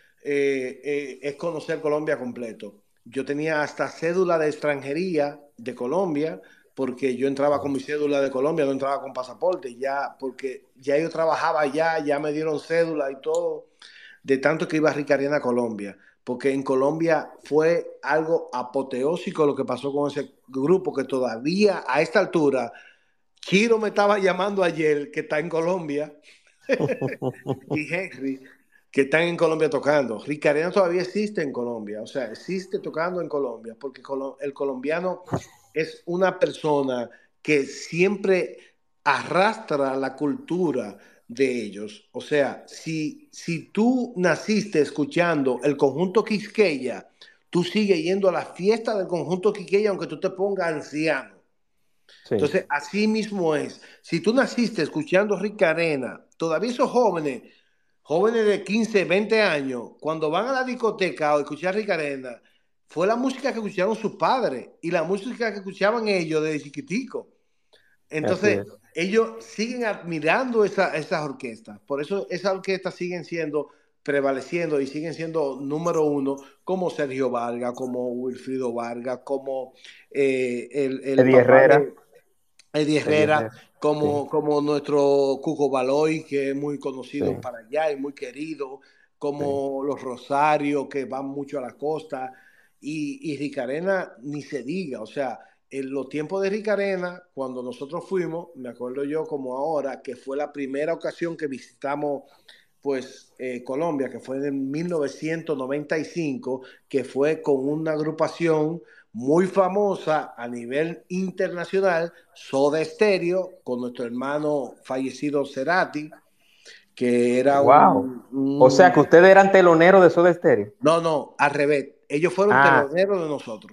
Speaker 3: Eh, eh, es conocer Colombia completo. Yo tenía hasta cédula de extranjería de Colombia, porque yo entraba con mi cédula de Colombia, no entraba con pasaporte, ya, porque ya yo trabajaba allá, ya me dieron cédula y todo, de tanto que iba a Ricarena a Colombia, porque en Colombia fue algo apoteósico lo que pasó con ese grupo, que todavía a esta altura, Chiro me estaba llamando ayer, que está en Colombia, y Henry, que están en Colombia tocando. Ricarena todavía existe en Colombia, o sea, existe tocando en Colombia, porque el colombiano es una persona que siempre arrastra la cultura de ellos. O sea, si, si tú naciste escuchando el conjunto Quisqueya, tú sigues yendo a la fiesta del conjunto Quisqueya aunque tú te pongas anciano.
Speaker 2: Sí.
Speaker 3: Entonces, así mismo es. Si tú naciste escuchando Ricarena, todavía esos jóvenes, jóvenes de quince, veinte años, cuando van a la discoteca o escuchar Ricarena, fue la música que escucharon sus padres y la música que escuchaban ellos desde chiquitico.
Speaker 2: Así
Speaker 3: Entonces,
Speaker 2: es.
Speaker 3: ellos siguen admirando esa, esas orquestas. Por eso esas orquestas siguen siendo, prevaleciendo y siguen siendo número uno, como Sergio Vargas, como Wilfrido Vargas, como eh, el, el
Speaker 2: Eddie
Speaker 3: papá
Speaker 2: Herrera.
Speaker 3: de Eddie
Speaker 2: Eddie
Speaker 3: Herrera,
Speaker 2: Herrera. Sí,
Speaker 3: como, como nuestro Cuco Baloy, que es muy
Speaker 2: sí,
Speaker 3: conocido para allá y muy querido,
Speaker 2: sí.
Speaker 3: como los Rosarios, que van mucho a la costa, y, y Ricarena, ni se diga, o sea, en los tiempos de Ricarena, cuando nosotros fuimos, me acuerdo yo como ahora, que fue la primera ocasión que visitamos pues eh, Colombia, que fue en mil novecientos noventa y cinco, que fue con una agrupación muy famosa a nivel internacional, Soda Stereo, con nuestro hermano fallecido Cerati, que era
Speaker 2: Wow.
Speaker 3: un,
Speaker 2: O sea
Speaker 3: un...
Speaker 2: que ustedes eran teloneros de Soda Stereo.
Speaker 3: No, no, al revés. Ellos fueron
Speaker 2: Ah.
Speaker 3: teloneros de nosotros.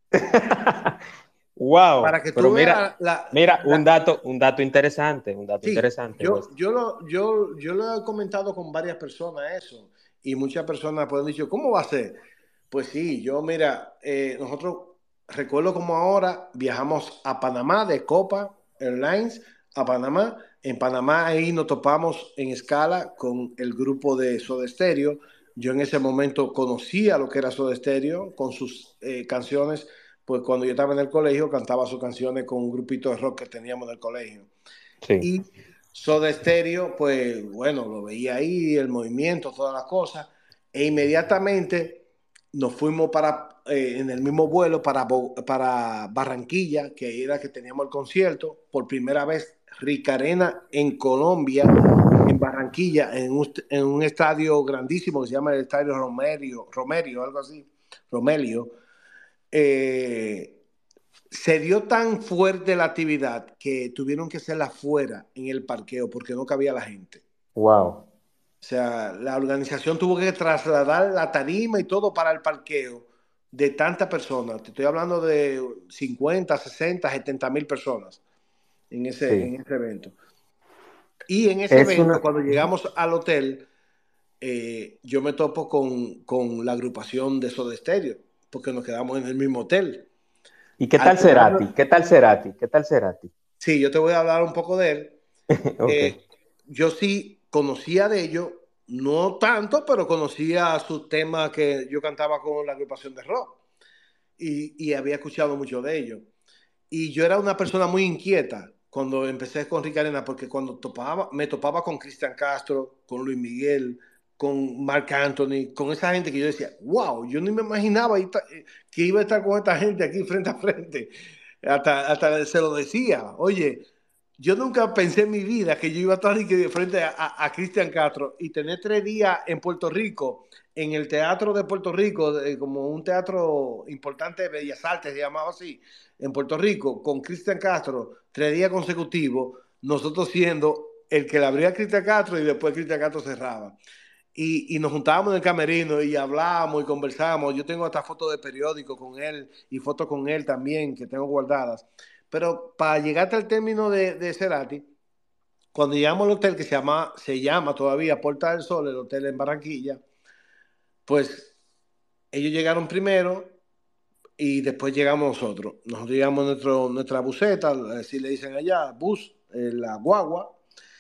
Speaker 2: Wow.
Speaker 3: Para que
Speaker 2: Pero
Speaker 3: tú
Speaker 2: mira,
Speaker 3: veas la,
Speaker 2: mira, un
Speaker 3: la,
Speaker 2: dato, un dato interesante, un dato
Speaker 3: sí,
Speaker 2: interesante,
Speaker 3: yo,
Speaker 2: West.
Speaker 3: yo, lo, yo, yo lo he comentado con varias personas eso, y muchas personas pues han dicho, ¿cómo va a ser? Pues sí, yo mira, eh, nosotros recuerdo como ahora viajamos a Panamá de Copa Airlines a Panamá. En Panamá ahí nos topamos en escala con el grupo de Soda Stereo. Yo en ese momento conocía lo que era Soda Stereo con sus eh, canciones, pues cuando yo estaba en el colegio cantaba sus canciones con un grupito de rock que teníamos en el colegio.
Speaker 2: Sí.
Speaker 3: Y Soda Stereo, pues bueno, lo veía ahí, el movimiento, todas las cosas, e inmediatamente nos fuimos para, eh, en el mismo vuelo para, para Barranquilla, que era que teníamos el concierto. Por primera vez, Ricarena en Colombia, en Barranquilla, en un, en un estadio grandísimo que se llama el Estadio Romelio, Romelio, algo así, Romelio. Eh, se dio tan fuerte la actividad que tuvieron que hacerla afuera en el parqueo porque no cabía la gente.
Speaker 2: Wow.
Speaker 3: O sea, la organización tuvo que trasladar la tarima y todo para el parqueo de tantas personas. Te estoy hablando de cincuenta, sesenta, setenta mil personas en ese,
Speaker 2: Sí.
Speaker 3: en ese evento. Y en ese
Speaker 2: Es
Speaker 3: evento,
Speaker 2: una...
Speaker 3: cuando llegamos al hotel, eh, yo me topo con, con la agrupación de Soda Stereo, porque nos quedamos en el mismo hotel.
Speaker 2: ¿Y qué tal Cerati? ¿Qué tal Cerati? ¿Qué tal Cerati?
Speaker 3: Sí, yo te voy a hablar un poco de él.
Speaker 2: Okay.
Speaker 3: Eh, yo sí conocía de ellos, no tanto, pero conocía sus temas que yo cantaba con la agrupación de rock y, y había escuchado mucho de ellos. Y yo era una persona muy inquieta cuando empecé con Ricarena, porque cuando topaba, me topaba con Cristian Castro, con Luis Miguel, con Marc Anthony, con esa gente que yo decía, wow, yo ni me imaginaba que iba a estar con esta gente aquí frente a frente. Hasta, hasta se lo decía, oye, yo nunca pensé en mi vida que yo iba a estar aquí frente a, a, a Cristian Castro y tener tres días en Puerto Rico, en el Teatro de Puerto Rico, de, como un teatro importante de Bellas Artes, se llamaba así, en Puerto Rico, con Cristian Castro, tres días consecutivos, nosotros siendo el que le abría a Cristian Castro y después Cristian Castro cerraba. Y, y nos juntábamos en el camerino y hablábamos y conversábamos. Yo tengo hasta fotos de periódico con él y fotos con él también que tengo guardadas. Pero para llegar hasta el término de, de Cerati, cuando llegamos al hotel que se llama, se llama todavía Puerta del Sol, el hotel en Barranquilla, pues ellos llegaron primero y después llegamos nosotros. Nosotros llegamos nuestro, nuestra buseta, así le dicen allá, bus, eh, la guagua,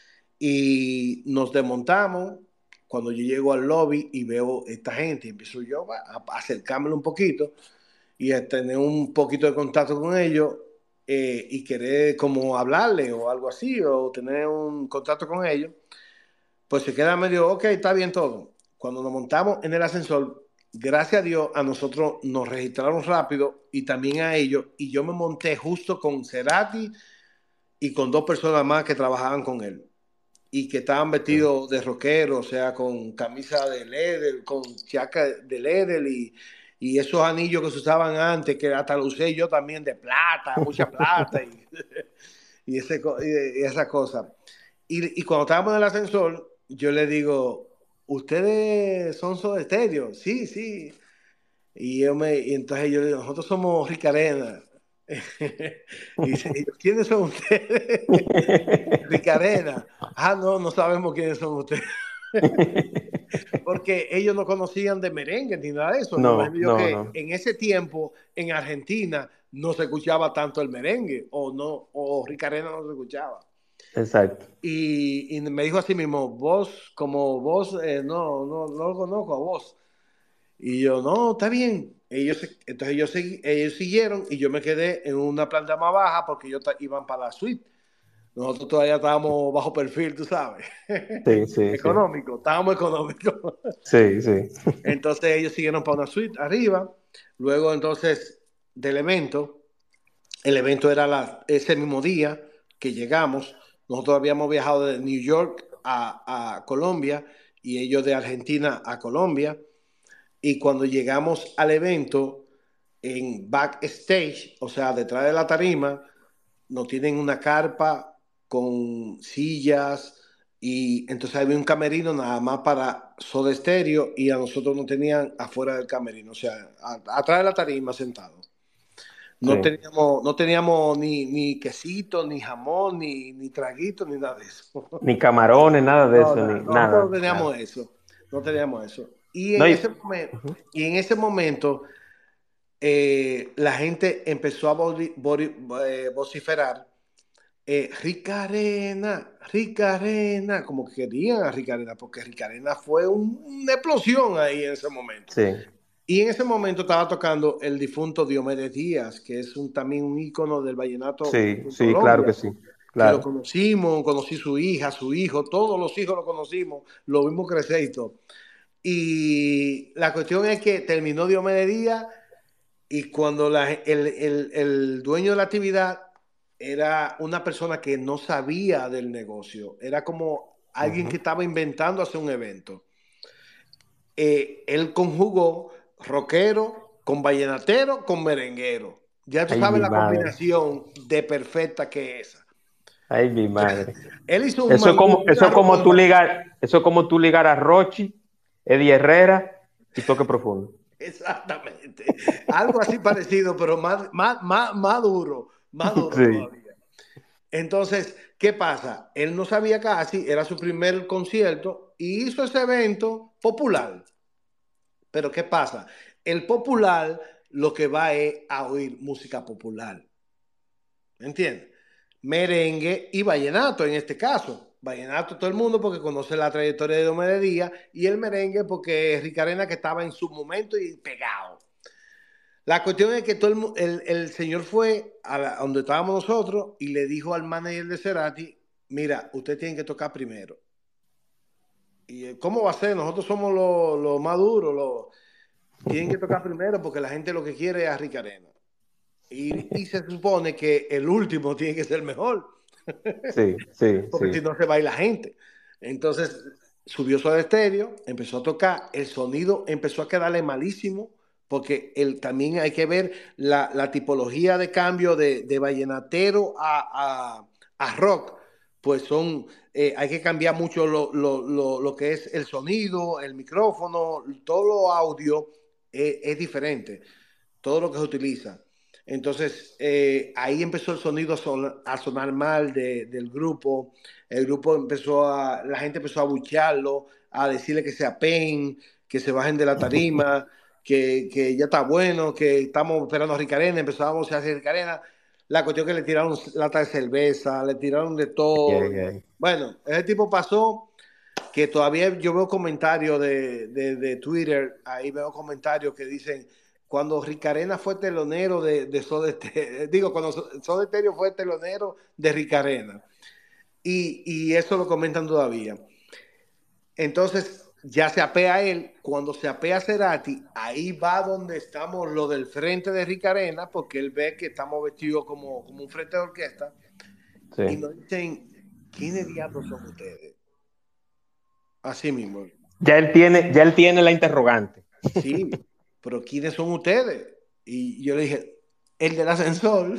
Speaker 3: y nos desmontamos. Cuando yo llego al lobby y veo esta gente, empiezo yo a acercármelo un poquito y a tener un poquito de contacto con ellos eh, y querer como hablarle o algo así, o tener un contacto con ellos, pues se queda medio, ok, está bien todo. Cuando nos montamos en el ascensor, gracias a Dios, a nosotros nos registraron rápido y también a ellos, y yo me monté justo con Cerati y con dos personas más que trabajaban con él y que estaban vestidos de rockero, o sea, con camisa de leather, con chaca de leather y, y esos anillos que se usaban antes, que hasta lo usé yo también de plata, mucha plata y, y, ese, y esa cosa. Y, y cuando estábamos en el ascensor, yo le digo, ¿ustedes son Soda Stereo? Sí, sí. Y, yo me, y entonces yo le digo, nosotros somos Ricarena. Y dice, ¿quiénes son ustedes? Ricarena. Ah, no, no sabemos quiénes son ustedes. Porque ellos no conocían de merengue ni nada de eso.
Speaker 2: No,
Speaker 3: Me imagino
Speaker 2: no,
Speaker 3: que
Speaker 2: no.
Speaker 3: en ese tiempo en Argentina no se escuchaba tanto el merengue o no, o Ricarena no se escuchaba.
Speaker 2: Exacto.
Speaker 3: Y, y me dijo así mismo, vos, como vos, eh, no, no, no lo conozco a vos. Y yo, no, está bien. Ellos, entonces ellos, ellos siguieron y yo me quedé en una planta más baja porque ellos iban para la suite. Nosotros todavía estábamos bajo perfil, tú sabes.
Speaker 2: Sí, sí,
Speaker 3: Económico, sí. Estábamos económicos.
Speaker 2: Sí, sí.
Speaker 3: Entonces ellos siguieron para una suite arriba. Luego entonces del evento, el evento era la, ese mismo día que llegamos. Nosotros habíamos viajado de New York a, a Colombia y ellos de Argentina a Colombia. Y cuando llegamos al evento, en backstage, o sea, detrás de la tarima, nos tienen una carpa con sillas y entonces había un camerino nada más para Soda Stereo y a nosotros nos tenían afuera del camerino, o sea, a, atrás de la tarima sentados. No, sí. teníamos, no teníamos ni, ni quesito, ni jamón, ni, ni traguito, ni nada de eso.
Speaker 2: Ni camarones, nada de
Speaker 3: no,
Speaker 2: eso,
Speaker 3: nada,
Speaker 2: ni
Speaker 3: no,
Speaker 2: nada.
Speaker 3: No teníamos
Speaker 2: nada.
Speaker 3: eso, no teníamos eso. Y en,
Speaker 2: No, y...
Speaker 3: ese, momento, uh-huh. y en ese momento eh, la gente empezó a boli, boli, eh, vociferar eh, Ricarena, Ricarena, como que querían a Ricarena, porque Ricarena fue un, una explosión ahí en ese momento.
Speaker 2: Sí.
Speaker 3: Y en ese momento estaba tocando el difunto Diomedes Díaz, que es un, también un ícono del vallenato.
Speaker 2: Sí, sí, Colombia, claro que sí. Claro.
Speaker 3: Que lo conocimos, conocí su hija, su hijo, todos los hijos lo conocimos, lo vimos crecer y todo. Y la cuestión es que terminó Diomedes Díaz y cuando la- el, el- el dueño de la actividad era una persona que no sabía del negocio, era como alguien que
Speaker 2: Ujú.
Speaker 3: estaba inventando hacer un evento. Eh, él conjugó rockero con vallenatero con merenguero. Ya tú
Speaker 2: Ay,
Speaker 3: sabes
Speaker 2: mi
Speaker 3: la
Speaker 2: madre.
Speaker 3: combinación de perfecta que es esa.
Speaker 2: Ay, mi madre.
Speaker 3: Él hizo un
Speaker 2: Eso es
Speaker 3: mangú,
Speaker 2: como, eso
Speaker 3: una
Speaker 2: es como tú
Speaker 3: rotonda.
Speaker 2: ligar, eso es como tú ligar a Rochi, Eddie Herrera y Toque Profundo.
Speaker 3: Exactamente. Algo así parecido, pero más, más, más, más duro, más duro
Speaker 2: Sí.
Speaker 3: todavía. Entonces, ¿qué pasa? Él no sabía casi, era su primer concierto y hizo ese evento popular. Pero ¿qué pasa? El popular lo que va es a oír música popular. ¿Me entiendes? Merengue y vallenato en este caso. Vallenato todo el mundo porque conoce la trayectoria de Diomedes Díaz y el merengue porque es Rica Arena que estaba en su momento y pegado. La cuestión es que todo el, mu- el, el señor fue a, la- a donde estábamos nosotros y le dijo al manager de Cerati, mira, usted tiene que tocar primero. ¿Y eh, cómo va a ser? Nosotros somos los los más duros, los, tienen que tocar primero porque la gente lo que quiere es a Rica Arena. Y, y se supone que el último tiene que ser mejor,
Speaker 2: Sí, sí,
Speaker 3: porque
Speaker 2: sí.
Speaker 3: si no se va a ir la gente. Entonces subió su estéreo, empezó a tocar, el sonido empezó a quedarle malísimo, porque el, también hay que ver la, la tipología de cambio de, de vallenatero a, a, a rock, pues son, eh, hay que cambiar mucho lo, lo, lo, lo, que es el sonido, el micrófono, todo lo audio eh, es diferente, todo lo que se utiliza. Entonces, eh, ahí empezó el sonido a, son, a sonar mal de, del grupo. El grupo empezó a, la gente empezó a buchearlo, a decirle que se apen, que se bajen de la tarima, que, que ya está bueno, que estamos esperando a Ricarena, empezábamos a hacer Ricarena. La cuestión que le tiraron lata de cerveza, le tiraron de
Speaker 2: Ay,
Speaker 3: todo.
Speaker 2: ay, ay.
Speaker 3: Bueno, ese tipo pasó que todavía yo veo comentarios de, de, de Twitter, ahí veo comentarios que dicen, cuando Ricarena fue telonero de, de Soda Stereo, digo, cuando Soda Stereo fue telonero de Ricarena. Y, y eso lo comentan todavía. Entonces, ya se apea él, cuando se apea Cerati, ahí va donde estamos lo del frente de Ricarena, porque él ve que estamos vestidos como, como un frente de orquesta, y
Speaker 2: Sí.
Speaker 3: nos dicen, ¿quiénes diablos son ustedes? Así mismo.
Speaker 2: Ya él tiene, ya él tiene la interrogante.
Speaker 3: Sí, pero ¿quiénes son ustedes? Y yo le dije, el del ascensor,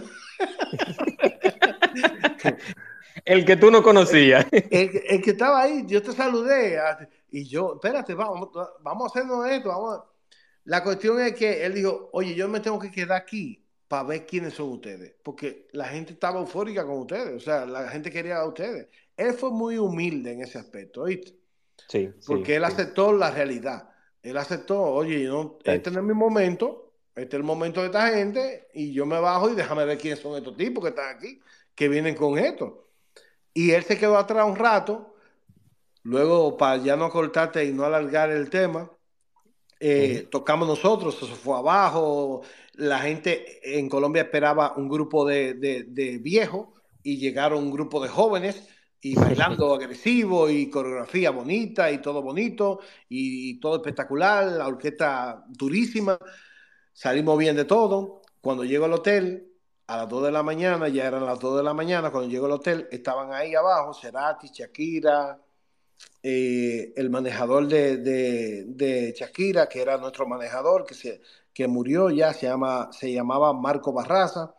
Speaker 2: El que tú no conocías.
Speaker 3: el, el que estaba ahí, yo te saludé. Y yo, espérate, vamos, vamos a hacernos esto. Vamos a... La cuestión es que él dijo, oye, yo me tengo que quedar aquí para ver quiénes son ustedes, porque la gente estaba eufórica con ustedes, o sea, la gente quería a ustedes. Él fue muy humilde en ese aspecto, ¿oíste?
Speaker 2: Sí,
Speaker 3: Porque
Speaker 2: sí,
Speaker 3: él
Speaker 2: sí.
Speaker 3: aceptó la realidad. Él aceptó, oye, no, este no es mi momento, este es el momento de esta gente, y yo me bajo y déjame ver quiénes son estos tipos que están aquí, que vienen con esto. Y él se quedó atrás un rato, luego para ya no cortarte y no alargar el tema,
Speaker 2: Ujú.
Speaker 3: eh, tocamos nosotros, eso fue abajo, la gente en Colombia esperaba un grupo de, de, de viejos y llegaron un grupo de jóvenes y bailando agresivo y coreografía bonita y todo bonito y, y todo espectacular, la orquesta durísima, salimos bien de todo. Cuando llego al hotel, a las dos de la mañana, ya eran las dos de la mañana, cuando llego al hotel, estaban ahí abajo Cerati, Shakira, eh, el manejador de, de, de, Shakira, que era nuestro manejador, que, se, que murió ya, se, llama, se llamaba Marco Barraza.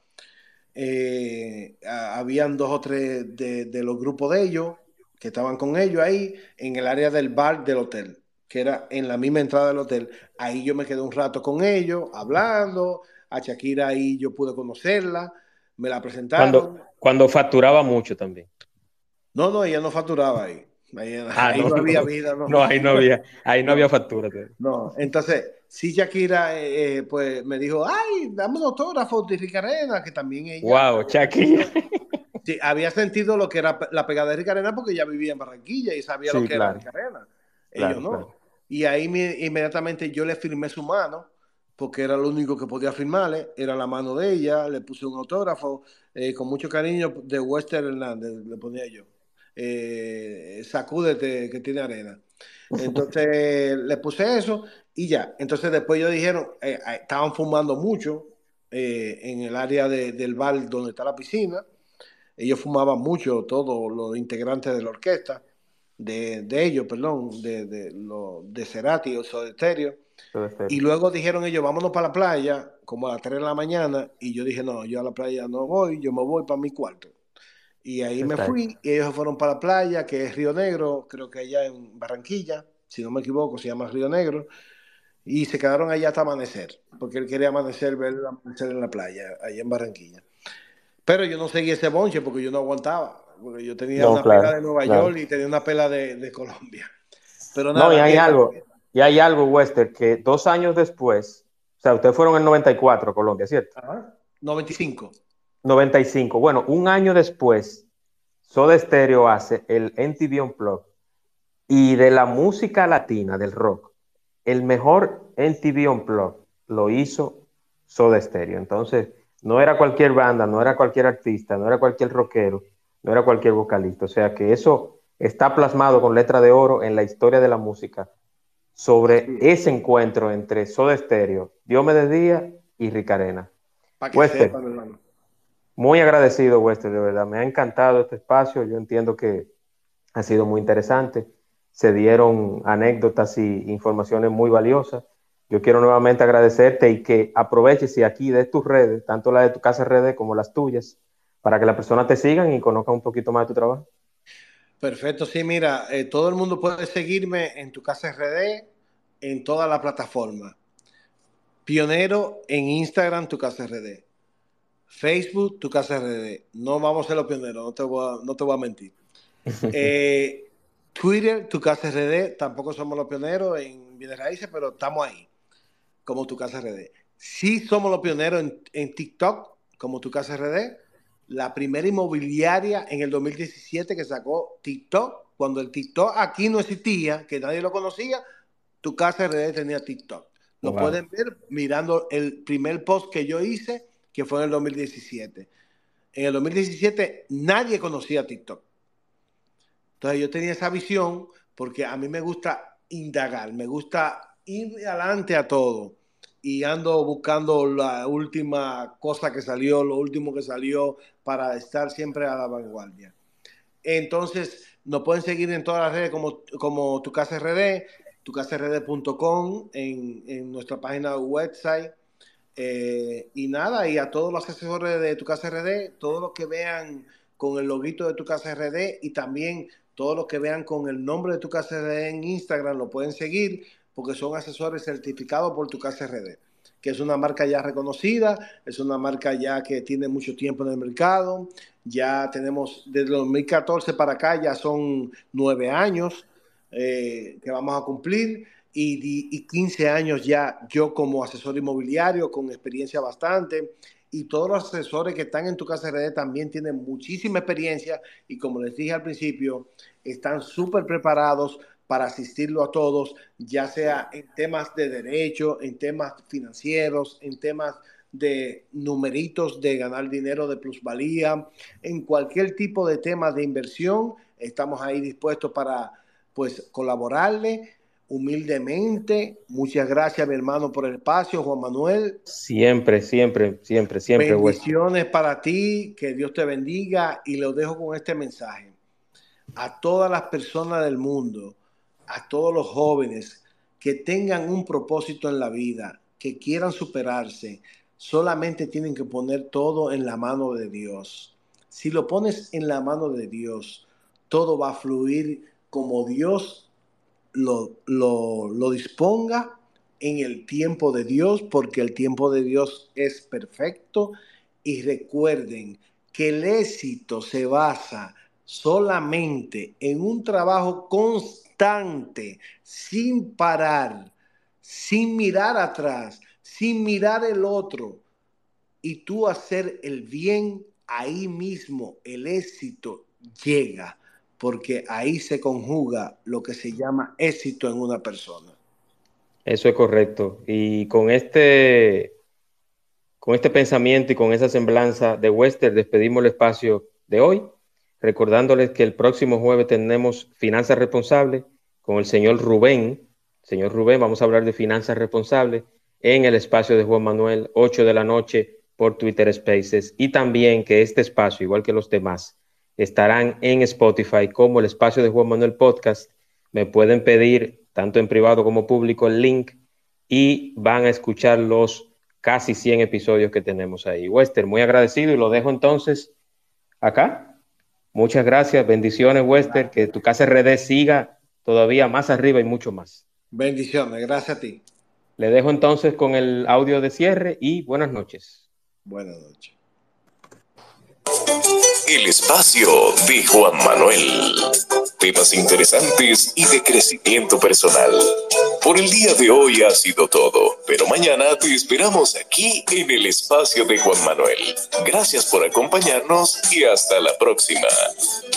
Speaker 3: Eh, habían dos o tres de, de los grupos de ellos que estaban con ellos ahí en el área del bar del hotel, que era en la misma entrada del hotel. Ahí yo me quedé un rato con ellos, hablando. A Shakira ahí yo pude conocerla, me la presentaron.
Speaker 2: Cuando, cuando facturaba mucho también.
Speaker 3: No, no, ella no facturaba ahí. Ahí,
Speaker 2: Ah,
Speaker 3: ahí
Speaker 2: no,
Speaker 3: no había
Speaker 2: no.
Speaker 3: vida, no.
Speaker 2: No, ahí no había, ahí no había
Speaker 3: No.
Speaker 2: factura todavía.
Speaker 3: No, entonces, sí, Shakira, eh, eh, pues me dijo, ay, dame un autógrafo de Rica Arena, que también ella
Speaker 2: Wow,
Speaker 3: había
Speaker 2: Shakira.
Speaker 3: sentido, sí, había sentido lo que era la pegada de Rica Arena porque ella vivía en Barranquilla y sabía lo
Speaker 2: Sí,
Speaker 3: que era
Speaker 2: claro,
Speaker 3: Rica Arena. Ellos
Speaker 2: claro,
Speaker 3: no.
Speaker 2: claro.
Speaker 3: Y ahí me, inmediatamente yo le firmé su mano, porque era lo único que podía firmarle, era la mano de ella, le puse un autógrafo, eh, con mucho cariño, de Wester Hernández, le ponía yo. Eh, sacúdete que tiene arena. Entonces le puse eso y ya. Entonces después ellos dijeron, eh, eh, estaban fumando mucho eh, en el área de, del bar donde está la piscina. Ellos fumaban mucho, todos los integrantes de la orquesta, de, de ellos, perdón, de, de, lo, de Cerati o Soda Stereo.
Speaker 2: Soda Stereo.
Speaker 3: Y luego dijeron ellos, vámonos para la playa, como a las tres de la mañana. Y yo dije, no, yo a la playa no voy, yo me voy para mi cuarto. Y ahí me
Speaker 2: Exacto.
Speaker 3: fui y ellos se fueron para la playa, que es Río Negro, creo que allá en Barranquilla, si no me equivoco, se llama Río Negro. Y se quedaron allá hasta amanecer, porque él quería amanecer, ver el amanecer en la playa, allá en Barranquilla. Pero yo no seguí ese bonche porque yo no aguantaba, porque yo tenía
Speaker 2: No,
Speaker 3: una
Speaker 2: claro,
Speaker 3: pela de Nueva
Speaker 2: claro.
Speaker 3: York y tenía una pela de, de Colombia. Pero
Speaker 2: No, y
Speaker 3: nada,
Speaker 2: hay
Speaker 3: que,
Speaker 2: algo, y hay algo, Wester, que dos años después, o sea, ustedes fueron en noventa y cuatro a Colombia, ¿cierto?
Speaker 3: ajá, noventa y cinco.
Speaker 2: noventa y cinco. Bueno, un año después, Soda Stereo hace el M T V Unplugged, y de la música latina, del rock, el mejor M T V Unplugged lo hizo Soda Stereo. Entonces, no era cualquier banda, no era cualquier artista, no era cualquier rockero, no era cualquier vocalista. O sea que eso está plasmado con letra de oro en la historia de la música sobre
Speaker 3: Sí,
Speaker 2: ese encuentro entre Soda Stereo, Diomedes Díaz y Rick Arena.
Speaker 3: para que
Speaker 2: Wester,
Speaker 3: sepan, hermano.
Speaker 2: muy agradecido, Wester, de verdad. Me ha encantado este espacio. Yo entiendo que ha sido muy interesante. Se dieron anécdotas y informaciones muy valiosas. Yo quiero nuevamente agradecerte y que aproveches y aquí de tus redes, tanto la de tu casa R D como las tuyas, para que las personas te sigan y conozcan un poquito más de tu trabajo.
Speaker 3: Perfecto, sí, mira, eh, todo el mundo puede seguirme en Tu Casa R D, en todas las plataformas. Pionero en Instagram, Tu Casa R D. Facebook, Tu Casa R D. No vamos a ser los pioneros, no te voy a, no te voy a mentir. Eh, Twitter, Tu Casa R D, tampoco somos los pioneros en bienes raíces, pero estamos ahí, como Tu Casa R D. Sí somos los pioneros en, en TikTok, como Tu Casa R D, la primera inmobiliaria en el dos mil diecisiete que sacó TikTok, cuando el TikTok aquí no existía, que nadie lo conocía, Tu Casa R D tenía TikTok. Lo
Speaker 2: Wow.
Speaker 3: pueden ver mirando el primer post que yo hice, que fue en el dos mil diecisiete. En el dos mil diecisiete nadie conocía TikTok. Entonces yo tenía esa visión porque a mí me gusta indagar, me gusta ir adelante a todo y ando buscando la última cosa que salió, lo último que salió para estar siempre a la vanguardia. Entonces nos pueden seguir en todas las redes como, como Tu Casa R D, tu casa r d punto com en, en nuestra página website. Eh, y nada, y a todos los asesores de Tu Casa R D, todos los que vean con el loguito de Tu Casa R D y también todos los que vean con el nombre de Tu Casa R D en Instagram lo pueden seguir porque son asesores certificados por Tu Casa R D, que es una marca ya reconocida, es una marca ya que tiene mucho tiempo en el mercado. Ya tenemos desde dos mil catorce para acá, ya son nueve años eh, que vamos a cumplir. Y, y quince años ya yo como asesor inmobiliario con experiencia bastante, y todos los asesores que están en Tu Casa R D también tienen muchísima experiencia y como les dije al principio, están súper preparados para asistirlo a todos, ya sea en temas de derecho, en temas financieros, en temas de numeritos de ganar dinero de plusvalía, en cualquier tipo de tema de inversión, estamos ahí dispuestos para pues colaborarle humildemente. Muchas gracias, mi hermano, por el espacio, Juan Manuel.
Speaker 2: Siempre, siempre, siempre, siempre, Wester.
Speaker 3: Bendiciones para ti, que Dios te bendiga y lo dejo con este mensaje. A todas las personas del mundo, a todos los jóvenes que tengan un propósito en la vida, que quieran superarse, solamente tienen que poner todo en la mano de Dios. Si lo pones en la mano de Dios, todo va a fluir como Dios Lo, lo, lo disponga en el tiempo de Dios, porque el tiempo de Dios es perfecto. Y recuerden que el éxito se basa solamente en un trabajo constante, sin parar, sin mirar atrás, sin mirar el otro, y tú hacer el bien. Ahí mismo el éxito llega, porque ahí se conjuga lo que se llama éxito en una persona.
Speaker 2: Eso es correcto. Y con este, con este pensamiento y con esa semblanza de Wester, despedimos el espacio de hoy, recordándoles que el próximo jueves tenemos Finanzas Responsables con el señor Rubén. Señor Rubén, vamos a hablar de finanzas responsables en el espacio de Juan Manuel, ocho de la noche por Twitter Spaces, y también que este espacio, igual que los demás, estarán en Spotify como el espacio de Juan Manuel Podcast. Me pueden pedir, tanto en privado como público, el link y van a escuchar los casi cien episodios que tenemos ahí. Wester, muy agradecido y lo dejo entonces acá. Muchas gracias, bendiciones, Wester, que tu casa R D siga todavía más arriba y mucho más.
Speaker 3: Bendiciones, gracias a ti.
Speaker 2: Le dejo entonces con el audio de cierre y buenas noches.
Speaker 3: Buenas noches.
Speaker 1: El espacio de Juan Manuel. Temas interesantes y de crecimiento personal. Por el día de hoy ha sido todo, pero mañana te esperamos aquí en el espacio de Juan Manuel. Gracias por acompañarnos y hasta la próxima.